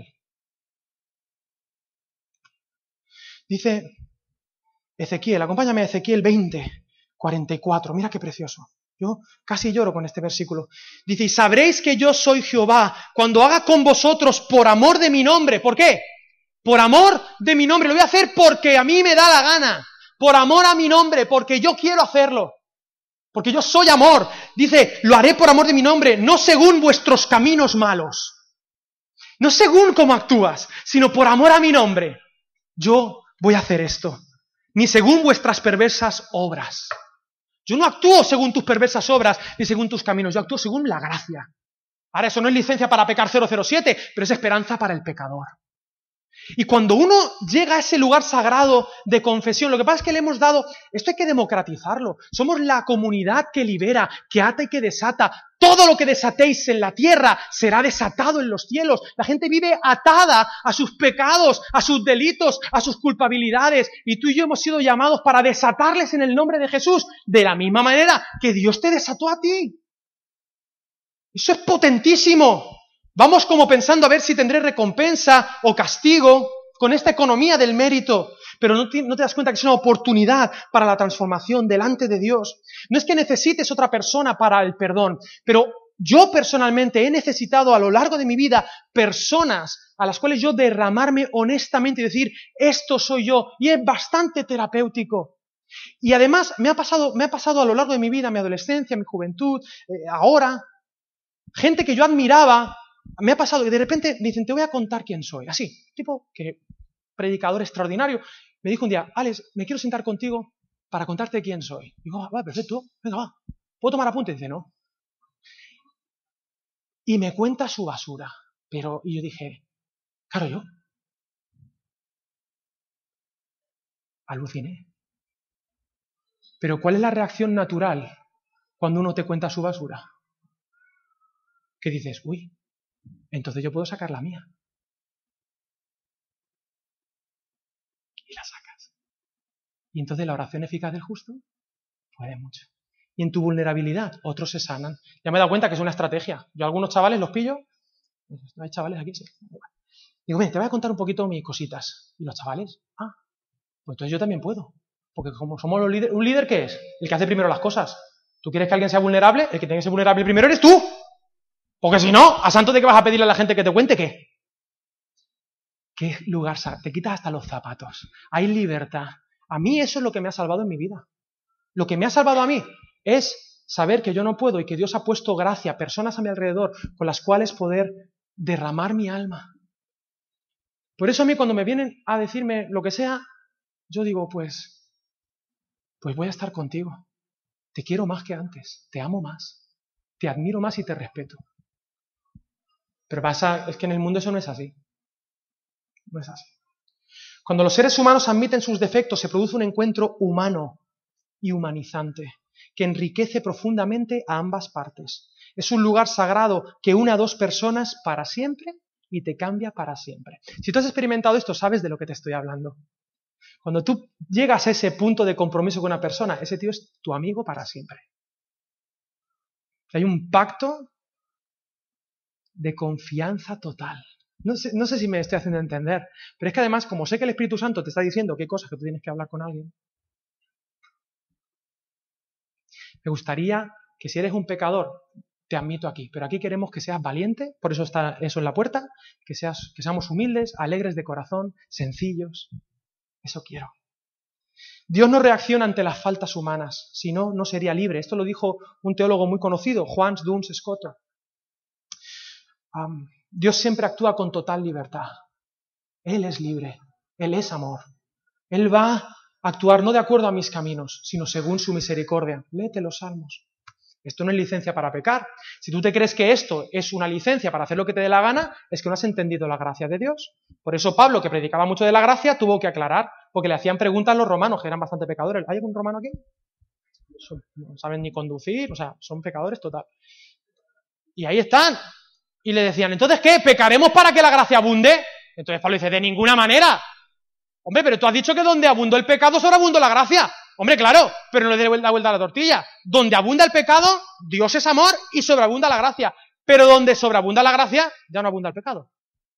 Dice Ezequiel, acompáñame a Ezequiel veinte, cuarenta y cuatro, mira qué precioso. Yo casi lloro con este versículo. Dice, y sabréis que yo soy Jehová cuando haga con vosotros por amor de mi nombre. ¿Por qué? Por amor de mi nombre. Lo voy a hacer porque a mí me da la gana. Por amor a mi nombre, porque yo quiero hacerlo. Porque yo soy amor. Dice, lo haré por amor de mi nombre, no según vuestros caminos malos. No según cómo actúas, sino por amor a mi nombre. Yo voy a hacer esto. Ni según vuestras perversas obras. Yo no actúo según tus perversas obras, ni según tus caminos. Yo actúo según la gracia. Ahora, eso no es licencia para pecar cero cero siete, pero es esperanza para el pecador. Y cuando uno llega a ese lugar sagrado de confesión, lo que pasa es que le hemos dado, esto hay que democratizarlo. Somos la comunidad que libera, que ata y que desata. Todo lo que desatéis en la tierra será desatado en los cielos. La gente vive atada a sus pecados, a sus delitos, a sus culpabilidades. Y tú y yo hemos sido llamados para desatarles en el nombre de Jesús, de la misma manera que Dios te desató a ti. Eso es potentísimo. Vamos como pensando a ver si tendré recompensa o castigo con esta economía del mérito, pero no te, no te das cuenta que es una oportunidad para la transformación delante de Dios. No es que necesites otra persona para el perdón, pero yo personalmente he necesitado a lo largo de mi vida personas a las cuales yo derramarme honestamente y decir, esto soy yo, y es bastante terapéutico. Y además me ha pasado, me ha pasado a lo largo de mi vida, mi adolescencia, mi juventud, eh, ahora, gente que yo admiraba. Me ha pasado que de repente me dicen, te voy a contar quién soy. Así, tipo, que predicador extraordinario. Me dijo un día, Alex, me quiero sentar contigo para contarte quién soy. Digo, ah, va, perfecto, venga, va. ¿Puedo tomar apunte? Dice, no. Y me cuenta su basura. Pero, y yo dije, claro, yo. Aluciné. Pero ¿cuál es la reacción natural cuando uno te cuenta su basura? Que dices, uy, entonces yo puedo sacar la mía. Y la sacas. Y entonces la oración eficaz del justo puede mucho. Y en tu vulnerabilidad, otros se sanan. Ya me he dado cuenta que es una estrategia. Yo a algunos chavales los pillo. ¿No hay chavales aquí? Sí. Digo, ven, te voy a contar un poquito mis cositas. Y los chavales, ah, pues entonces yo también puedo. Porque como somos los líderes, ¿un líder qué es? El que hace primero las cosas. ¿Tú quieres que alguien sea vulnerable? El que tiene que ser vulnerable primero eres tú. Porque si no, ¿a santo de qué vas a pedirle a la gente que te cuente qué? ¿Qué lugar? Te quitas hasta los zapatos. Hay libertad. A mí eso es lo que me ha salvado en mi vida. Lo que me ha salvado a mí es saber que yo no puedo y que Dios ha puesto gracia, personas a mi alrededor con las cuales poder derramar mi alma. Por eso a mí cuando me vienen a decirme lo que sea, yo digo, pues, pues voy a estar contigo. Te quiero más que antes. Te amo más. Te admiro más y te respeto. Pero pasa, es que en el mundo eso no es así. No es así. Cuando los seres humanos admiten sus defectos, se produce un encuentro humano y humanizante que enriquece profundamente a ambas partes. Es un lugar sagrado que une a dos personas para siempre y te cambia para siempre. Si tú has experimentado esto, sabes de lo que te estoy hablando. Cuando tú llegas a ese punto de compromiso con una persona, ese tío es tu amigo para siempre. Hay un pacto de confianza total. No sé, no sé si me estoy haciendo entender, pero es que además, como sé que el Espíritu Santo te está diciendo qué cosas que tú tienes que hablar con alguien, Me gustaría que si eres un pecador, te admito aquí, pero aquí queremos que seas valiente, por eso está eso en la puerta, que, seas, que seamos humildes, alegres de corazón, sencillos. Eso quiero. Dios no reacciona ante las faltas humanas, si no, no sería libre. Esto lo dijo un teólogo muy conocido, Juan Duns Scoto. Um, Dios siempre actúa con total libertad. Él es libre, Él es amor. Él va a actuar no de acuerdo a mis caminos, sino según su misericordia. Léete los salmos. Esto no es licencia para pecar. Si tú te crees que esto es una licencia para hacer lo que te dé la gana, es que no has entendido la gracia de Dios. Por eso Pablo, que predicaba mucho de la gracia, tuvo que aclarar, porque le hacían preguntas a los romanos, que eran bastante pecadores. ¿Hay algún romano aquí? No saben ni conducir, o sea, son pecadores total. Y ahí están. Y le decían, ¿entonces qué? ¿Pecaremos para que la gracia abunde? Entonces Pablo dice, de ninguna manera. Hombre, pero tú has dicho que donde abundó el pecado, sobreabundó la gracia. Hombre, claro, pero no le dé la vuelta a la tortilla. Donde abunda el pecado, Dios es amor y sobreabunda la gracia. Pero donde sobreabunda la gracia, ya no abunda el pecado.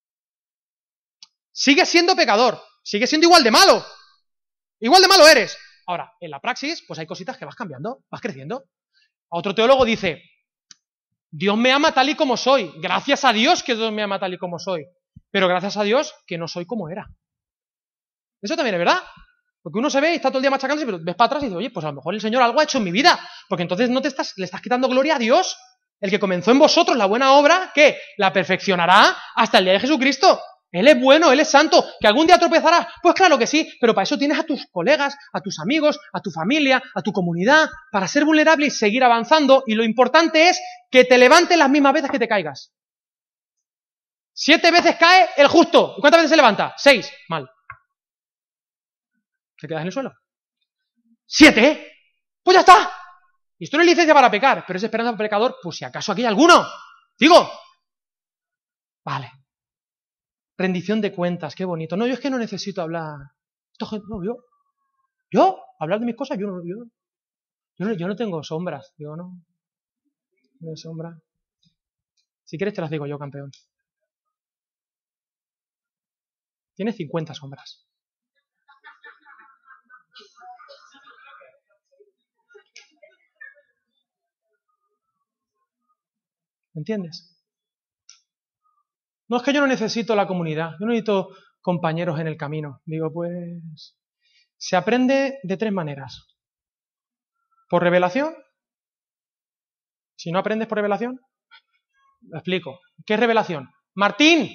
Sigues siendo pecador, sigues siendo igual de malo. Igual de malo eres. Ahora, en la praxis, pues hay cositas que vas cambiando, vas creciendo. Otro teólogo dice, Dios me ama tal y como soy. Gracias a Dios que Dios me ama tal y como soy. Pero gracias a Dios que no soy como era. Eso también es verdad. Porque uno se ve y está todo el día machacándose, pero ves para atrás y dice, oye, pues a lo mejor el Señor algo ha hecho en mi vida. Porque entonces no te estás, le estás quitando gloria a Dios. El que comenzó en vosotros la buena obra, ¿qué? La perfeccionará hasta el día de Jesucristo. Él es bueno, Él es santo. ¿Que algún día tropezarás? Pues claro que sí, pero para eso tienes a tus colegas, a tus amigos, a tu familia, a tu comunidad, para ser vulnerable y seguir avanzando. Y lo importante es que te levantes las mismas veces que te caigas. Siete veces cae el justo. ¿Y cuántas veces se levanta? Seis. Mal. ¿Te quedas en el suelo? ¿Siete? Pues ya está. Y esto no es licencia para pecar, pero es esperanza para el pecador, pues si acaso aquí hay alguno. Digo. Vale. Rendición de cuentas, qué bonito. No, yo es que no necesito hablar. Esto, no, yo. ¿Yo? Hablar de mis cosas, yo no. Yo, yo no, yo no tengo sombras. Digo, no. No hay sombra. Si quieres te las digo yo, campeón. Tienes cincuenta sombras. ¿Me entiendes? No es que yo no necesito la comunidad, yo no necesito compañeros en el camino. Digo, pues se aprende de tres maneras. Por revelación. Si no aprendes por revelación, lo explico. ¿Qué es revelación? Martín,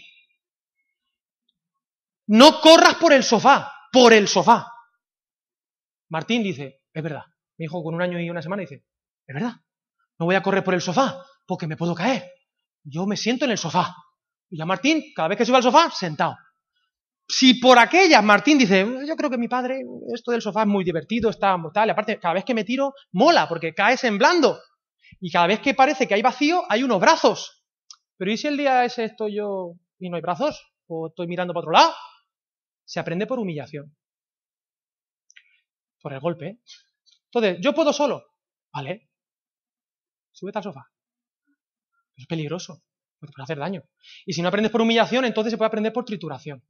no corras por el sofá, por el sofá. Martín dice, es verdad. Mi hijo con un año y una semana dice, es verdad. No voy a correr por el sofá porque me puedo caer. Yo me siento en el sofá. Y ya Martín, cada vez que sube al sofá, sentado. Si por aquellas Martín dice, yo creo que mi padre, esto del sofá es muy divertido, está tal, y aparte cada vez que me tiro, mola, porque caes en blando. Y cada vez que parece que hay vacío, hay unos brazos. Pero ¿y si el día ese estoy yo y no hay brazos? ¿O estoy mirando para otro lado? Se aprende por humillación. Por el golpe. Entonces, ¿yo puedo solo? Vale. Súbete al sofá. Es peligroso. Te puede hacer daño. Y si no aprendes por humillación, entonces se puede aprender por trituración.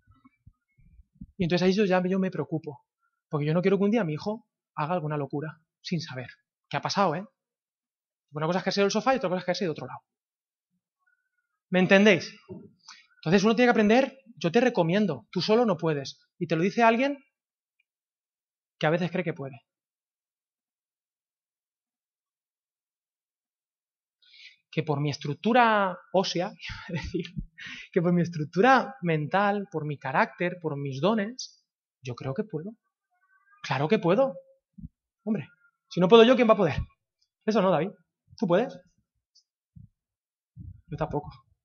Y entonces ahí yo ya yo me preocupo. Porque yo no quiero que un día mi hijo haga alguna locura sin saber. ¿Qué ha pasado, eh? Una cosa es que ha sido el sofá y otra cosa es que ha sido de otro lado. ¿Me entendéis? Entonces uno tiene que aprender, yo te recomiendo, tú solo no puedes. Y te lo dice alguien que a veces cree que puede. Que por mi estructura ósea, es decir, que por mi estructura mental, por mi carácter, por mis dones, yo creo que puedo. Claro que puedo. Hombre, si no puedo yo, ¿quién va a poder? Eso no, David. ¿Tú puedes? Yo tampoco.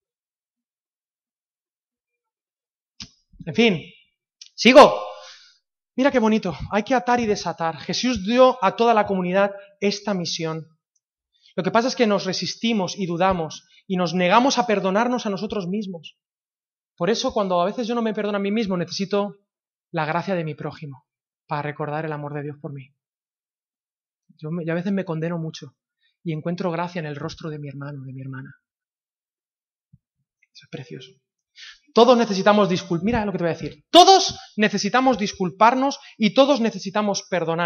En fin, sigo. Mira qué bonito. Hay que atar y desatar. Jesús dio a toda la comunidad esta misión. Lo que pasa es que nos resistimos y dudamos y nos negamos a perdonarnos a nosotros mismos. Por eso, cuando a veces yo no me perdono a mí mismo, necesito la gracia de mi prójimo para recordar el amor de Dios por mí. Yo, me, yo a veces me condeno mucho y encuentro gracia en el rostro de mi hermano, de mi hermana. Eso es precioso. Todos necesitamos disculpar. Mira lo que te voy a decir. Todos necesitamos disculparnos y todos necesitamos perdonar.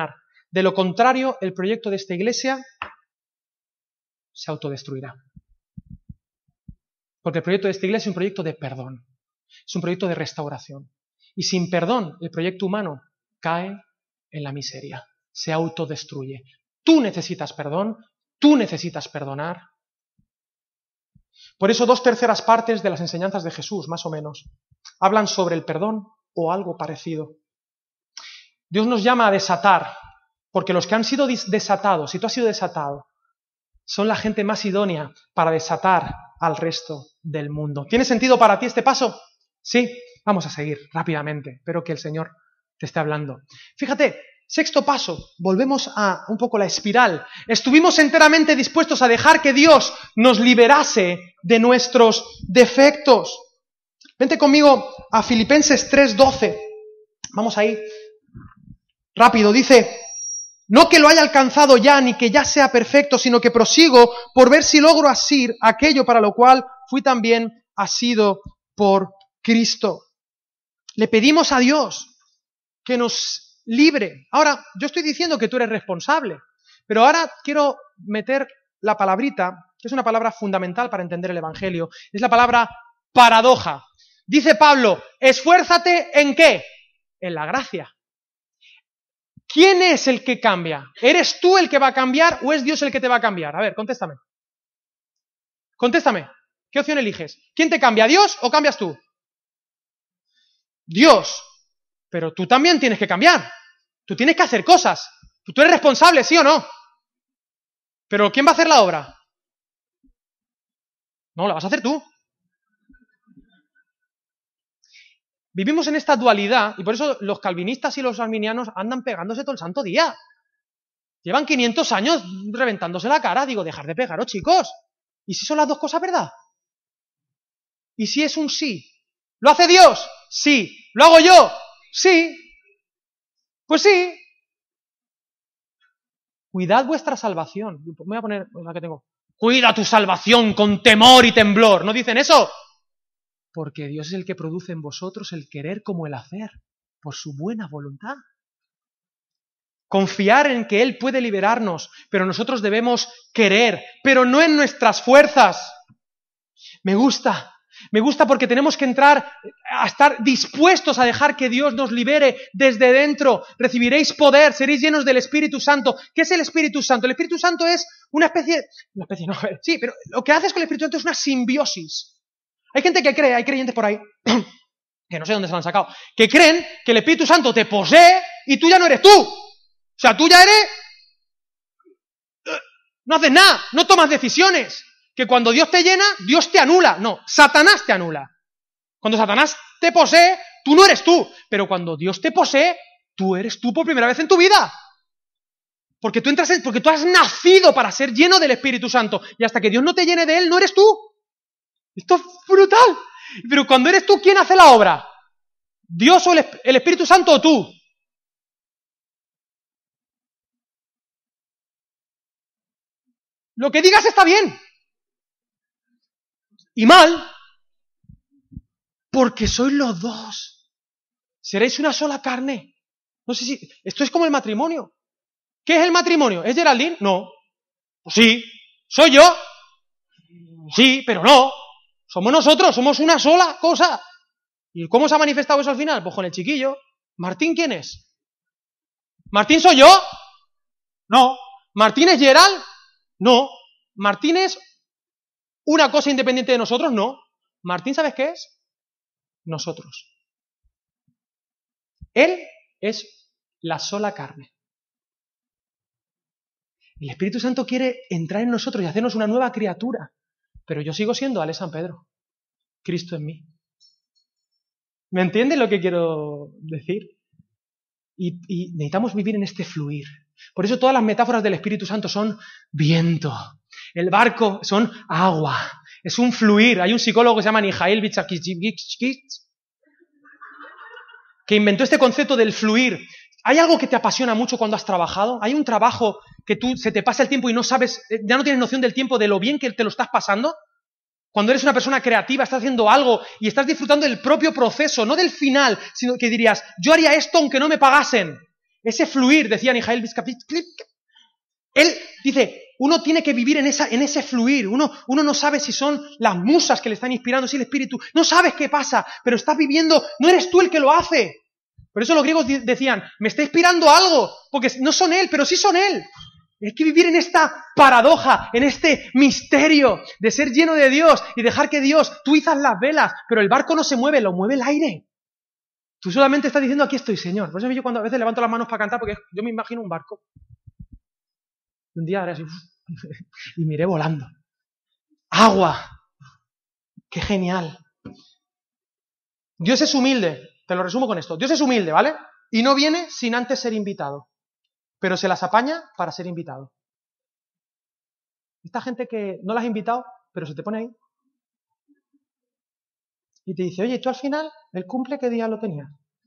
De lo contrario, el proyecto de esta iglesia se autodestruirá. Porque el proyecto de esta iglesia es un proyecto de perdón, es un proyecto de restauración. Y sin perdón, el proyecto humano cae en la miseria, se autodestruye. Tú necesitas perdón, tú necesitas perdonar. Por eso dos terceras partes de las enseñanzas de Jesús, más o menos, hablan sobre el perdón o algo parecido. Dios nos llama a desatar, porque los que han sido desatados, si tú has sido desatado, son la gente más idónea para desatar al resto del mundo. ¿Tiene sentido para ti este paso? Sí, vamos a seguir rápidamente. Espero que el Señor te esté hablando. Fíjate, sexto paso, volvemos a un poco la espiral. Estuvimos enteramente dispuestos a dejar que Dios nos liberase de nuestros defectos. Vente conmigo a Filipenses tres doce. Vamos ahí. Rápido, dice: no que lo haya alcanzado ya, ni que ya sea perfecto, sino que prosigo por ver si logro asir aquello para lo cual fui también asido por Cristo. Le pedimos a Dios que nos libre. Ahora, yo estoy diciendo que tú eres responsable, pero ahora quiero meter la palabrita, que es una palabra fundamental para entender el Evangelio, es la palabra paradoja. Dice Pablo, esfuérzate ¿en qué? En la gracia. ¿Quién es el que cambia? ¿Eres tú el que va a cambiar o es Dios el que te va a cambiar? A ver, contéstame. Contéstame. ¿Qué opción eliges? ¿Quién te cambia, Dios o cambias tú? Dios. Pero tú también tienes que cambiar. Tú tienes que hacer cosas. Tú eres responsable, ¿sí o no? Pero ¿quién va a hacer la obra? No, la vas a hacer tú. Vivimos en esta dualidad y por eso los calvinistas y los arminianos andan pegándose todo el santo día. Llevan quinientos años reventándose la cara. Digo, dejar de pegaros, chicos. ¿Y si son las dos cosas verdad? ¿Y si es un sí? ¿Lo hace Dios? Sí. ¿Lo hago yo? Sí. Pues sí. Cuidad vuestra salvación. Me voy a poner la que tengo. Cuida tu salvación con temor y temblor. ¿No dicen eso? Porque Dios es el que produce en vosotros el querer como el hacer, por su buena voluntad. Confiar en que Él puede liberarnos, pero nosotros debemos querer, pero no en nuestras fuerzas. Me gusta, me gusta porque tenemos que entrar a estar dispuestos a dejar que Dios nos libere desde dentro. Recibiréis poder, seréis llenos del Espíritu Santo. ¿Qué es el Espíritu Santo? El Espíritu Santo es una especie, una especie no, sí, pero lo que haces con el Espíritu Santo es una simbiosis. Hay gente que cree, hay creyentes por ahí, que no sé dónde se lo han sacado, que creen que el Espíritu Santo te posee y tú ya no eres tú. O sea, tú ya eres... No haces nada, no tomas decisiones. Que cuando Dios te llena, Dios te anula. No, Satanás te anula. Cuando Satanás te posee, tú no eres tú. Pero cuando Dios te posee, tú eres tú por primera vez en tu vida. Porque tú entras en, porque tú has nacido para ser lleno del Espíritu Santo. Y hasta que Dios no te llene de Él, no eres tú. Esto es brutal. Pero cuando eres tú, ¿quién hace la obra? ¿Dios o el, el Espíritu Santo o tú? Lo que digas está bien. Y mal. Porque sois los dos. Seréis una sola carne. No sé si... Esto es como el matrimonio. ¿Qué es el matrimonio? ¿Es Geraldine? No. Pues sí. ¿Soy yo? Sí, pero no. Somos nosotros, somos una sola cosa. ¿Y cómo se ha manifestado eso al final? Pues con el chiquillo. ¿Martín quién es? ¿Martín soy yo? No. ¿Martín es Gerald? No. ¿Martín es una cosa independiente de nosotros? No. ¿Martín sabes qué es? Nosotros. Él es la sola carne. El Espíritu Santo quiere entrar en nosotros y hacernos una nueva criatura. Pero yo sigo siendo Ale San Pedro. Cristo en mí. ¿Me entiendes lo que quiero decir? Y, y necesitamos vivir en este fluir. Por eso todas las metáforas del Espíritu Santo son viento. El barco son agua. Es un fluir. Hay un psicólogo que se llama Mihail Csikszentmihalyi que inventó este concepto del fluir. ¿Hay algo que te apasiona mucho cuando has trabajado? ¿Hay un trabajo que tú se te pasa el tiempo y no sabes, ya no tienes noción del tiempo, de lo bien que te lo estás pasando? Cuando eres una persona creativa, estás haciendo algo y estás disfrutando del propio proceso, no del final, sino que dirías, yo haría esto aunque no me pagasen. ese fluir, decía Mijail Vizcaíno. Él dice, uno tiene que vivir en, esa, en ese fluir, uno, uno no sabe si son las musas que le están inspirando, si el espíritu, no sabes qué pasa, pero estás viviendo, no eres tú el que lo hace. Por eso los griegos decían, me está inspirando algo, porque no son él, pero sí son él. Hay que vivir en esta paradoja, en este misterio de ser lleno de Dios y dejar que Dios, tú izas las velas, pero el barco no se mueve, lo mueve el aire. Tú solamente estás diciendo, aquí estoy, Señor. Por eso yo cuando a veces levanto las manos para cantar, porque yo me imagino un barco. Y un día haré así, y me iré volando. ¡Agua! ¡Qué genial! Dios es humilde, te lo resumo con esto. Dios es humilde, ¿vale? Y no viene sin antes ser invitado. Pero se las apaña para ser invitado. Esta gente que no la has invitado, pero se te pone ahí. Y te dice, oye, ¿tú al final el cumple qué día lo tenías?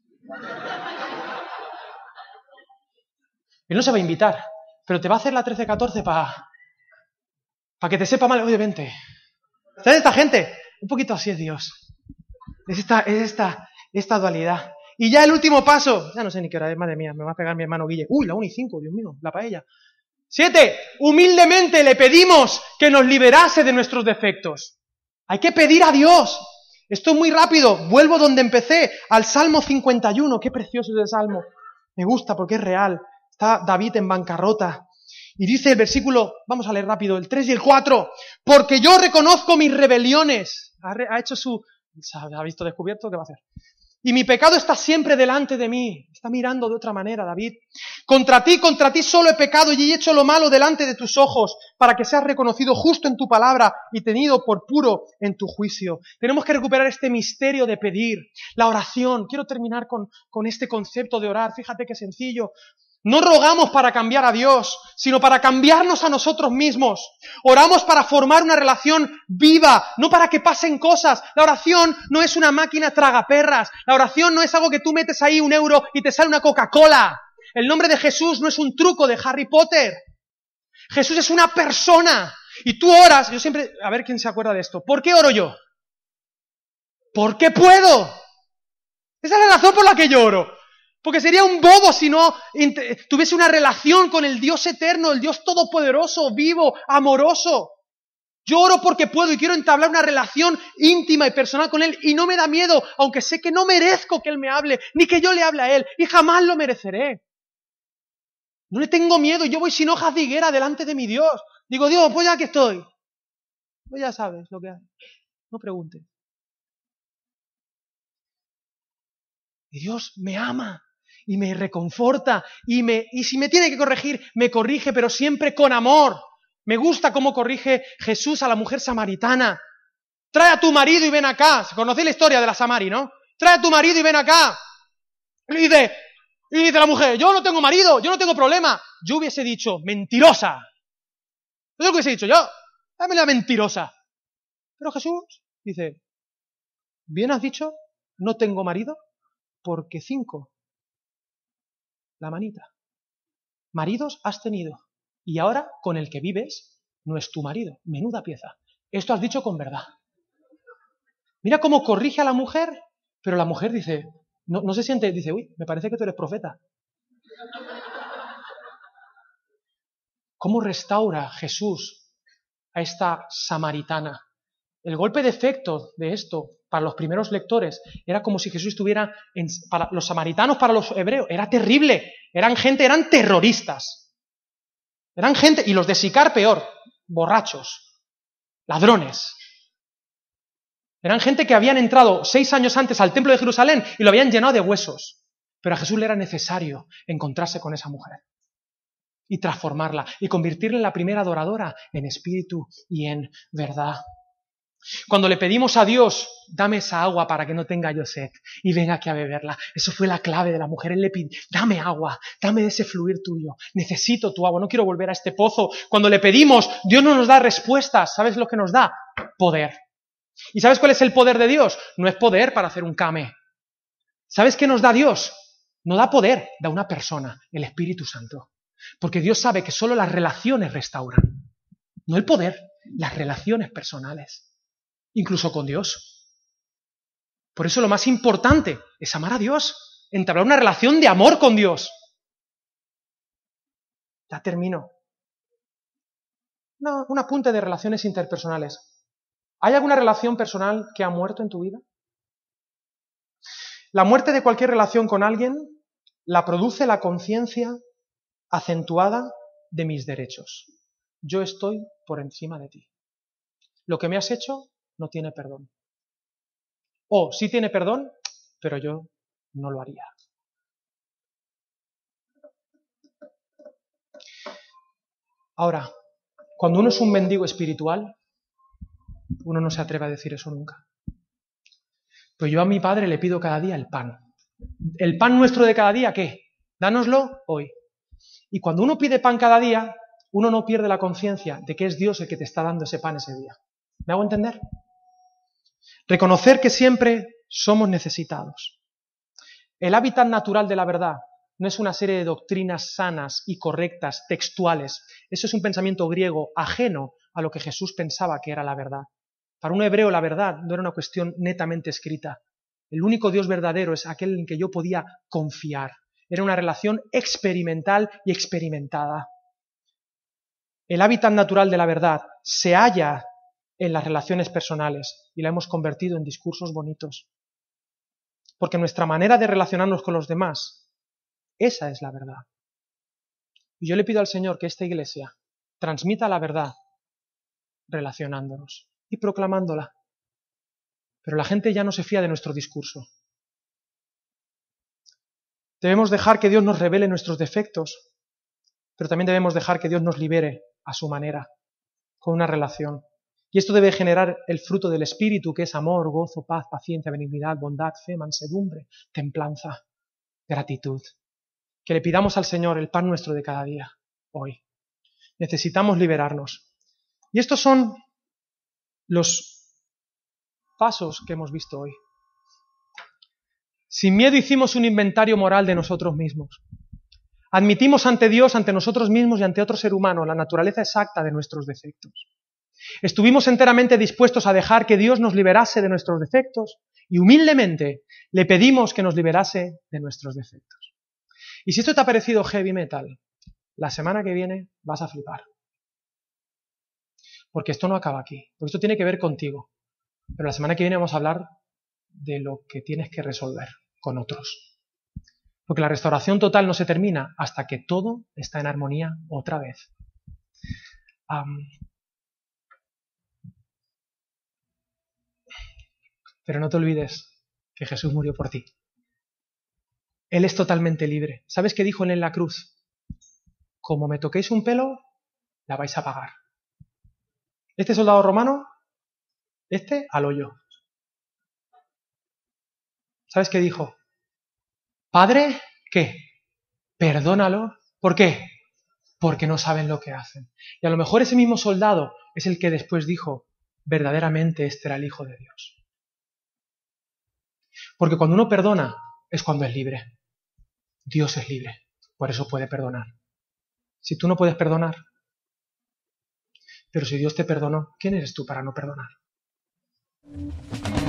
Él no se va a invitar, pero te va a hacer la trece catorce para pa que te sepa mal. Oye, vente. ¿Sabes esta gente? Un poquito así es Dios. Es esta, es esta, esta dualidad. Y ya el último paso, ya no sé ni qué hora es, madre mía, me va a pegar mi hermano Guille. Uy, la una y cinco, Dios mío, la paella. Siete, humildemente le pedimos que nos liberase de nuestros defectos. Hay que pedir a Dios. Esto es muy rápido, vuelvo donde empecé, al Salmo cincuenta y uno, qué precioso es el Salmo. Me gusta porque es real. Está David en bancarrota. Y dice el versículo, vamos a leer rápido, el tres y el cuatro. Porque yo reconozco mis rebeliones. Ha, re, ha hecho su... ¿Se ha visto descubierto? ¿Qué va a hacer? Y mi pecado está siempre delante de mí. Está mirando de otra manera, David. Contra ti, contra ti solo he pecado y he hecho lo malo delante de tus ojos, para que seas reconocido justo en tu palabra y tenido por puro en tu juicio. Tenemos que recuperar este misterio de pedir. La oración. Quiero terminar con, con este concepto de orar. Fíjate qué sencillo. No rogamos para cambiar a Dios, sino para cambiarnos a nosotros mismos. Oramos para formar una relación viva, no para que pasen cosas. La oración no es una máquina tragaperras. La oración no es algo que tú metes ahí un euro y te sale una Coca-Cola. El nombre de Jesús no es un truco de Harry Potter. Jesús es una persona. Y tú oras, yo siempre, a ver quién se acuerda de esto. ¿Por qué oro yo? ¿Por qué puedo? Esa es la razón por la que yo oro. Porque sería un bobo si no tuviese una relación con el Dios eterno, el Dios todopoderoso, vivo, amoroso. Yo oro porque puedo y quiero entablar una relación íntima y personal con Él y no me da miedo, aunque sé que no merezco que Él me hable, ni que yo le hable a Él, y jamás lo mereceré. No le tengo miedo, yo voy sin hojas de higuera delante de mi Dios. Digo, Dios, pues ya que estoy. Pues ya sabes lo que hay. No preguntes. Y Dios me ama. Y me reconforta, y, me, y si me tiene que corregir, me corrige, pero siempre con amor. Me gusta cómo corrige Jesús a la mujer samaritana. Trae a tu marido y ven acá. ¿Conocéis la historia de la Samari, no? Trae a tu marido y ven acá. Y dice, y dice la mujer, yo no tengo marido, yo no tengo problema. Yo hubiese dicho, mentirosa. Eso es lo que hubiese dicho yo. Dame la mentirosa. Pero Jesús dice, bien has dicho, no tengo marido, porque cinco. La manita. Maridos has tenido. Y ahora, con el que vives, no es tu marido. Menuda pieza. Esto has dicho con verdad. Mira cómo corrige a la mujer, pero la mujer dice, no, no se siente, dice, uy, me parece que tú eres profeta. ¿Cómo restaura Jesús a esta samaritana? El golpe de efecto de esto, para los primeros lectores, era como si Jesús estuviera, en, para los samaritanos, para los hebreos, era terrible. Eran gente, eran terroristas. Eran gente, y los de Sicar peor, borrachos, ladrones. Eran gente que habían entrado seis años antes al templo de Jerusalén y lo habían llenado de huesos. Pero a Jesús le era necesario encontrarse con esa mujer y transformarla y convertirla en la primera adoradora en espíritu y en verdad. Cuando le pedimos a Dios, dame esa agua para que no tenga yo sed y venga aquí a beberla. Eso fue la clave de la mujer. Él le pidió, dame agua, dame de ese fluir tuyo. Necesito tu agua, no quiero volver a este pozo. Cuando le pedimos, Dios no nos da respuestas. ¿Sabes lo que nos da? Poder. ¿Y sabes cuál es el poder de Dios? No es poder para hacer un kame. ¿Sabes qué nos da Dios? No da poder, da una persona, el Espíritu Santo. Porque Dios sabe que solo las relaciones restauran. No el poder, las relaciones personales. Incluso con Dios. Por eso lo más importante es amar a Dios, entablar una relación de amor con Dios. Ya termino. No, un apunte de relaciones interpersonales. ¿Hay alguna relación personal que ha muerto en tu vida? La muerte de cualquier relación con alguien la produce la conciencia acentuada de mis derechos. Yo estoy por encima de ti. Lo que me has hecho no tiene perdón. O sí tiene perdón, pero yo no lo haría. Ahora, cuando uno es un mendigo espiritual, uno no se atreve a decir eso nunca. Pues yo a mi Padre le pido cada día el pan. ¿El pan nuestro de cada día qué? Dánoslo hoy. Y cuando uno pide pan cada día, uno no pierde la conciencia de que es Dios el que te está dando ese pan ese día. ¿Me hago entender? Reconocer que siempre somos necesitados. El hábitat natural de la verdad no es una serie de doctrinas sanas y correctas, textuales. Eso es un pensamiento griego ajeno a lo que Jesús pensaba que era la verdad. Para un hebreo la verdad no era una cuestión netamente escrita. El único Dios verdadero es aquel en que yo podía confiar. Era una relación experimental y experimentada. El hábitat natural de la verdad se halla en las relaciones personales y la hemos convertido en discursos bonitos. Porque nuestra manera de relacionarnos con los demás, esa es la verdad. Y yo le pido al Señor que esta iglesia transmita la verdad relacionándonos y proclamándola. Pero la gente ya no se fía de nuestro discurso. Debemos dejar que Dios nos revele nuestros defectos, pero también debemos dejar que Dios nos libere a su manera, con una relación. Y esto debe generar el fruto del Espíritu, que es amor, gozo, paz, paciencia, benignidad, bondad, fe, mansedumbre, templanza, gratitud. Que le pidamos al Señor el pan nuestro de cada día, hoy. Necesitamos liberarnos. Y estos son los pasos que hemos visto hoy. Sin miedo hicimos un inventario moral de nosotros mismos. Admitimos ante Dios, ante nosotros mismos y ante otro ser humano la naturaleza exacta de nuestros defectos. Estuvimos enteramente dispuestos a dejar que Dios nos liberase de nuestros defectos y humildemente le pedimos que nos liberase de nuestros defectos. Y si esto te ha parecido heavy metal, la semana que viene vas a flipar. Porque esto no acaba aquí, porque esto tiene que ver contigo. Pero la semana que viene vamos a hablar de lo que tienes que resolver con otros. Porque la restauración total no se termina hasta que todo está en armonía otra vez. Um, pero no te olvides que Jesús murió por ti. Él es totalmente libre. ¿Sabes qué dijo él en la cruz? Como me toquéis un pelo, la vais a pagar. Este soldado romano, este al hoyo. ¿Sabes qué dijo? Padre, ¿qué? Perdónalo. ¿Por qué? Porque no saben lo que hacen. Y a lo mejor ese mismo soldado es el que después dijo, verdaderamente este era el Hijo de Dios. Porque cuando uno perdona es cuando es libre. Dios es libre, por eso puede perdonar. Si tú no puedes perdonar, pero si Dios te perdonó, ¿quién eres tú para no perdonar?